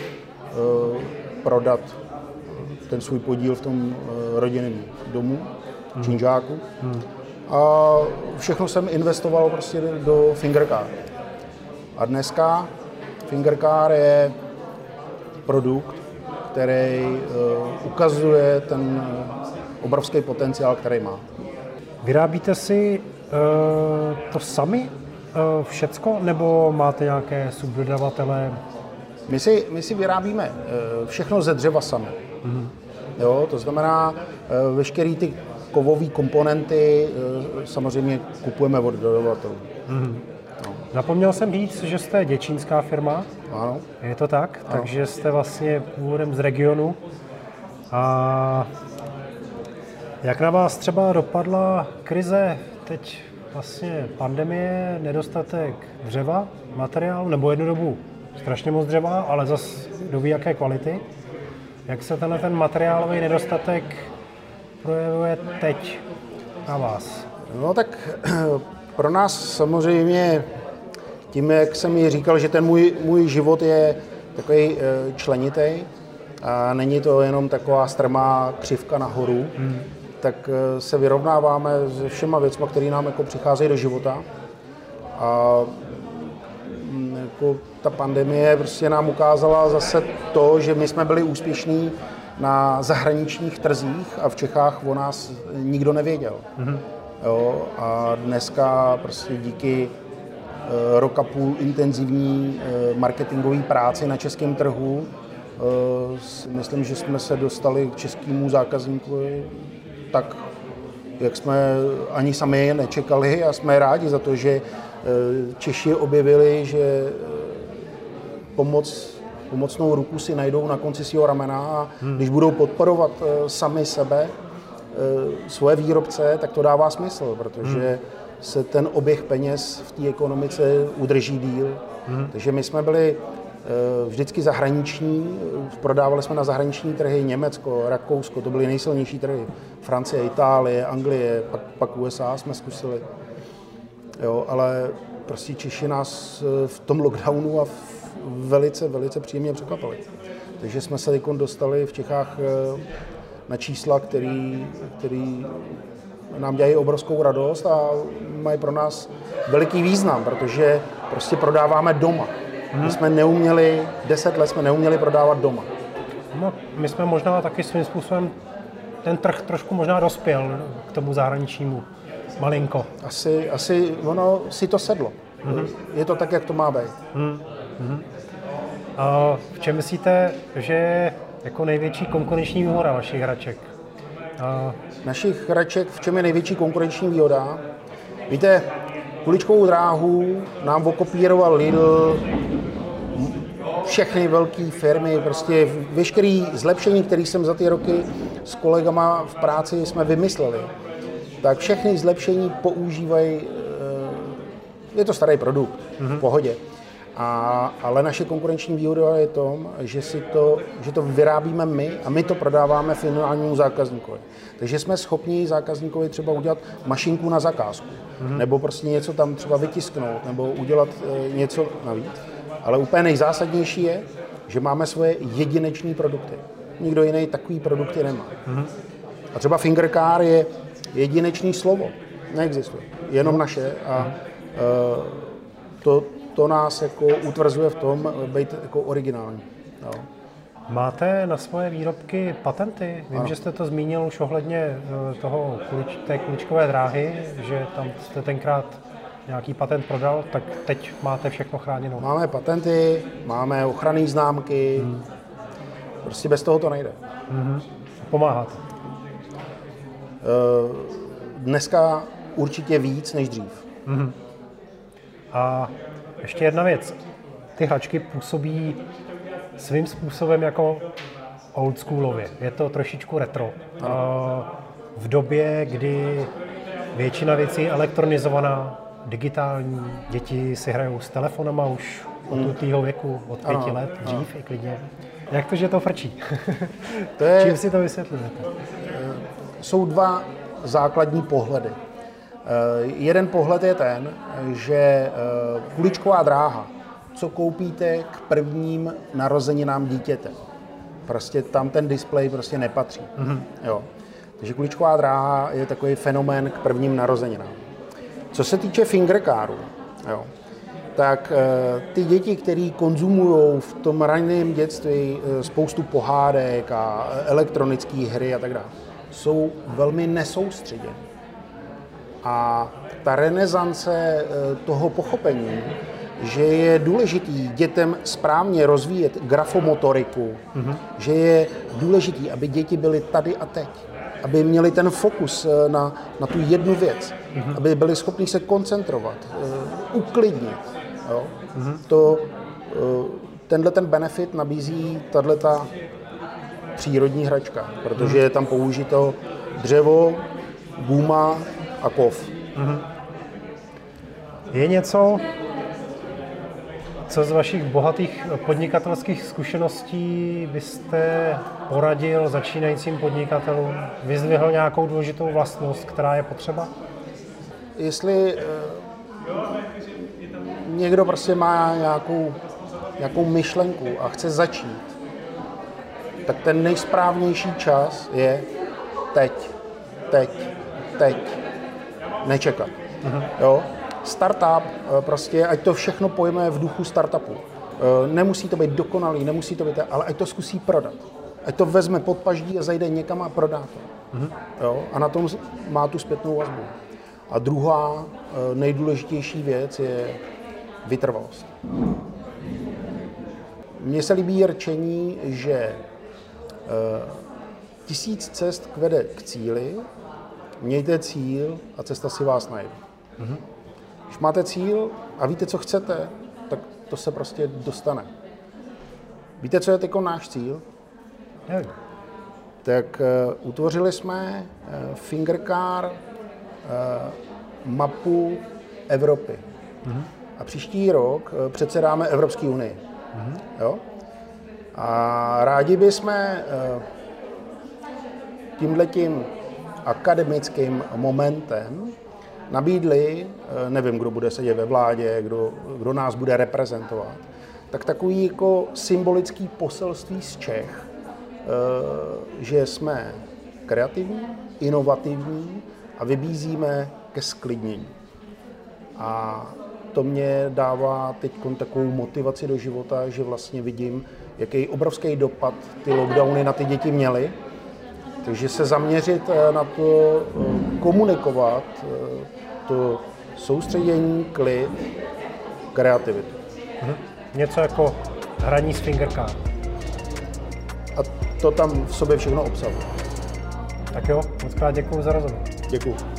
prodat ten svůj podíl v tom uh, rodinném domu, hmm. činžáku. Hmm. A všechno jsem investoval prostě do Fingercar. A dneska Fingercar je produkt, který uh, ukazuje ten uh, obrovský potenciál, který má. Vyrábíte si uh, to sami uh, všecko, nebo máte nějaké subdodavatele? My si, my si vyrábíme uh, všechno ze dřeva sami. Mm-hmm. Jo, to znamená, uh, veškeré ty kovové komponenty uh, samozřejmě kupujeme od dodavatelů. Mm-hmm. No. Zapomněl jsem říct, že jste děčínská firma. Ano. Je to tak? Ano. Takže jste vlastně původem z regionu. A jak na vás třeba dopadla krize, teď vlastně pandemie, nedostatek dřeva, materiálu, nebo jednu dobu strašně moc dřeva, ale zase do jaké kvality? Jak se tenhle ten materiálový nedostatek projevuje teď na vás? No tak pro nás samozřejmě, tím, jak jsem ji říkal, že ten můj, můj život je takový členitý a není to jenom taková strmá křivka nahoru, hmm. tak se vyrovnáváme se všema věcma, které nám jako přicházejí do života. A jako ta pandemie prostě nám ukázala zase to, že my jsme byli úspěšní na zahraničních trzích a v Čechách o nás nikdo nevěděl. Mm-hmm. Jo, a dneska prostě díky uh, rok a půl intenzivní uh, marketingové práci na českém trhu uh, myslím, že jsme se dostali k českému zákazníkovi tak, jak jsme ani sami nečekali a jsme rádi za to, že uh, Češi objevili, že uh, pomoc pomocnou ruku si najdou na konci svého ramena a hmm. když budou podporovat uh, sami sebe, uh, svoje výrobce, tak to dává smysl, protože hmm. se ten oběh peněz v té ekonomice udrží díl. Hmm. Takže my jsme byli uh, vždycky zahraniční, prodávali jsme na zahraniční trhy Německo, Rakousko, to byly nejsilnější trhy. Francie, Itálie, Anglie, pak, pak U S A jsme zkusili. Jo, ale prostě Češi nás v tom lockdownu a v velice, velice příjemně překvapili. Takže jsme se teď dostali v Čechách na čísla, který, který nám dělají obrovskou radost a mají pro nás veliký význam, protože prostě prodáváme doma. Hmm. My jsme neuměli, deset let jsme neuměli prodávat doma. No, my jsme možná taky svým způsobem ten trh trošku možná dospěl k tomu zahraničímu. Malinko. Asi, asi ono si to sedlo. Hmm. Je to tak, jak to má být. Hmm. Hmm. A v čem myslíte, že je jako největší konkurenční výhoda vašich hraček? A... Našich hraček, v čem je největší konkurenční výhoda? Víte, kuličkovou dráhu nám okopíroval Lidl, všechny velké firmy, prostě veškeré zlepšení, které jsem za ty roky s kolegama v práci jsme vymysleli, tak všechny zlepšení používají, je to starý produkt, mm-hmm. v pohodě. A, ale naše konkurenční výhoda je tom, že, si to, že to vyrábíme my a my to prodáváme finálnímu zákazníkovi. Takže jsme schopni zákazníkovi třeba udělat mašinku na zakázku, mm-hmm. nebo prostě něco tam třeba vytisknout, nebo udělat e, něco navíc. Ale úplně nejzásadnější je, že máme svoje jedinečné produkty. Nikdo jiný takový produkty nemá. Mm-hmm. A třeba Fingercar je jedinečné slovo. Neexistuje. Jenom naše. A e, to, to nás jako utvrzuje v tom být jako originální. Jo. Máte na svoje výrobky patenty? Vím, ano. že jste to zmínil už ohledně toho kulič, té kuličkové dráhy, že tam jste tenkrát nějaký patent prodal, tak teď máte všechno chráněno. Máme patenty, máme ochranné známky, hmm. prostě bez toho to nejde. Hmm. Pomáháte? Dneska určitě víc než dřív. Hmm. A ještě jedna věc. Ty hračky působí svým způsobem jako oldschoolově. Je to trošičku retro. Ano. V době, kdy většina věcí je elektronizovaná, digitální, děti si hrajou s telefonama už od určitého věku, od pěti ano. let, dřív ano. i klidně. Jak to, že to frčí? To je, čím si to vysvětlujete? Jsou dva základní pohledy. Jeden pohled je ten, že kuličková dráha, co koupíte k prvním narozeninám dítěte. Prostě tam ten displej prostě nepatří. Mm-hmm. Jo. Takže kuličková dráha je takový fenomén k prvním narozeninám. Co se týče Fingercaru, jo, tak ty děti, které konzumují v tom raném dětství spoustu pohádek a elektronické hry a tak dále, jsou velmi nesoustředěné. A ta renesance toho pochopení, že je důležitý dětem správně rozvíjet grafomotoriku, mm-hmm. že je důležitý, aby děti byly tady a teď, aby měli ten fokus na, na tu jednu věc, mm-hmm. aby byli schopni se koncentrovat, uh, uklidnit. Jo? Mm-hmm. To, uh, tenhle ten benefit nabízí tato přírodní hračka, protože mm-hmm. je tam použito dřevo, guma a kov. Mm-hmm. Je něco, co z vašich bohatých podnikatelských zkušeností byste poradil začínajícím podnikatelům? Vyzdvihl nějakou důležitou vlastnost, která je potřeba? Jestli eh, někdo prostě má nějakou, nějakou myšlenku a chce začít, tak ten nejsprávnější čas je teď, teď, teď. Nečekat. Uh-huh. Jo? Startup, prostě, ať to všechno pojme v duchu startupu. Nemusí to být dokonalý, nemusí to být, ale ať to zkusí prodat. Ať to vezme pod paždí a zajde někam a prodá to. Mm-hmm. Jo? A na tom má tu zpětnou vazbu. A druhá nejdůležitější věc je vytrvalost. Mně se líbí rčení, že tisíc cest vede k cíli, mějte cíl a cesta si vás najde. Mm-hmm. Když máte cíl a víte, co chcete, tak to se prostě dostane. Víte, co je teď náš cíl? Nevím. Tak uh, utvořili jsme uh, Fingercar uh, mapu Evropy. Mm-hmm. A příští rok uh, předsedáme Evropské unii. Mm-hmm. Jo? A rádi bychom uh, tímhletím akademickým momentem nabídli, nevím, kdo bude sedět ve vládě, kdo, kdo nás bude reprezentovat, tak takový jako symbolický poselství z Čech, že jsme kreativní, inovativní a vybízíme ke sklidnění. A to mě dává teď takovou motivaci do života, že vlastně vidím, jaký obrovský dopad ty lockdowny na ty děti měly. Takže se zaměřit na to, komunikovat, to soustředění, klid, kreativitu. Mhm. Něco jako hraní s Fingercar. A to tam v sobě všechno obsahuje. Tak jo, moc krát děkuju za rozhovor. Děkuju.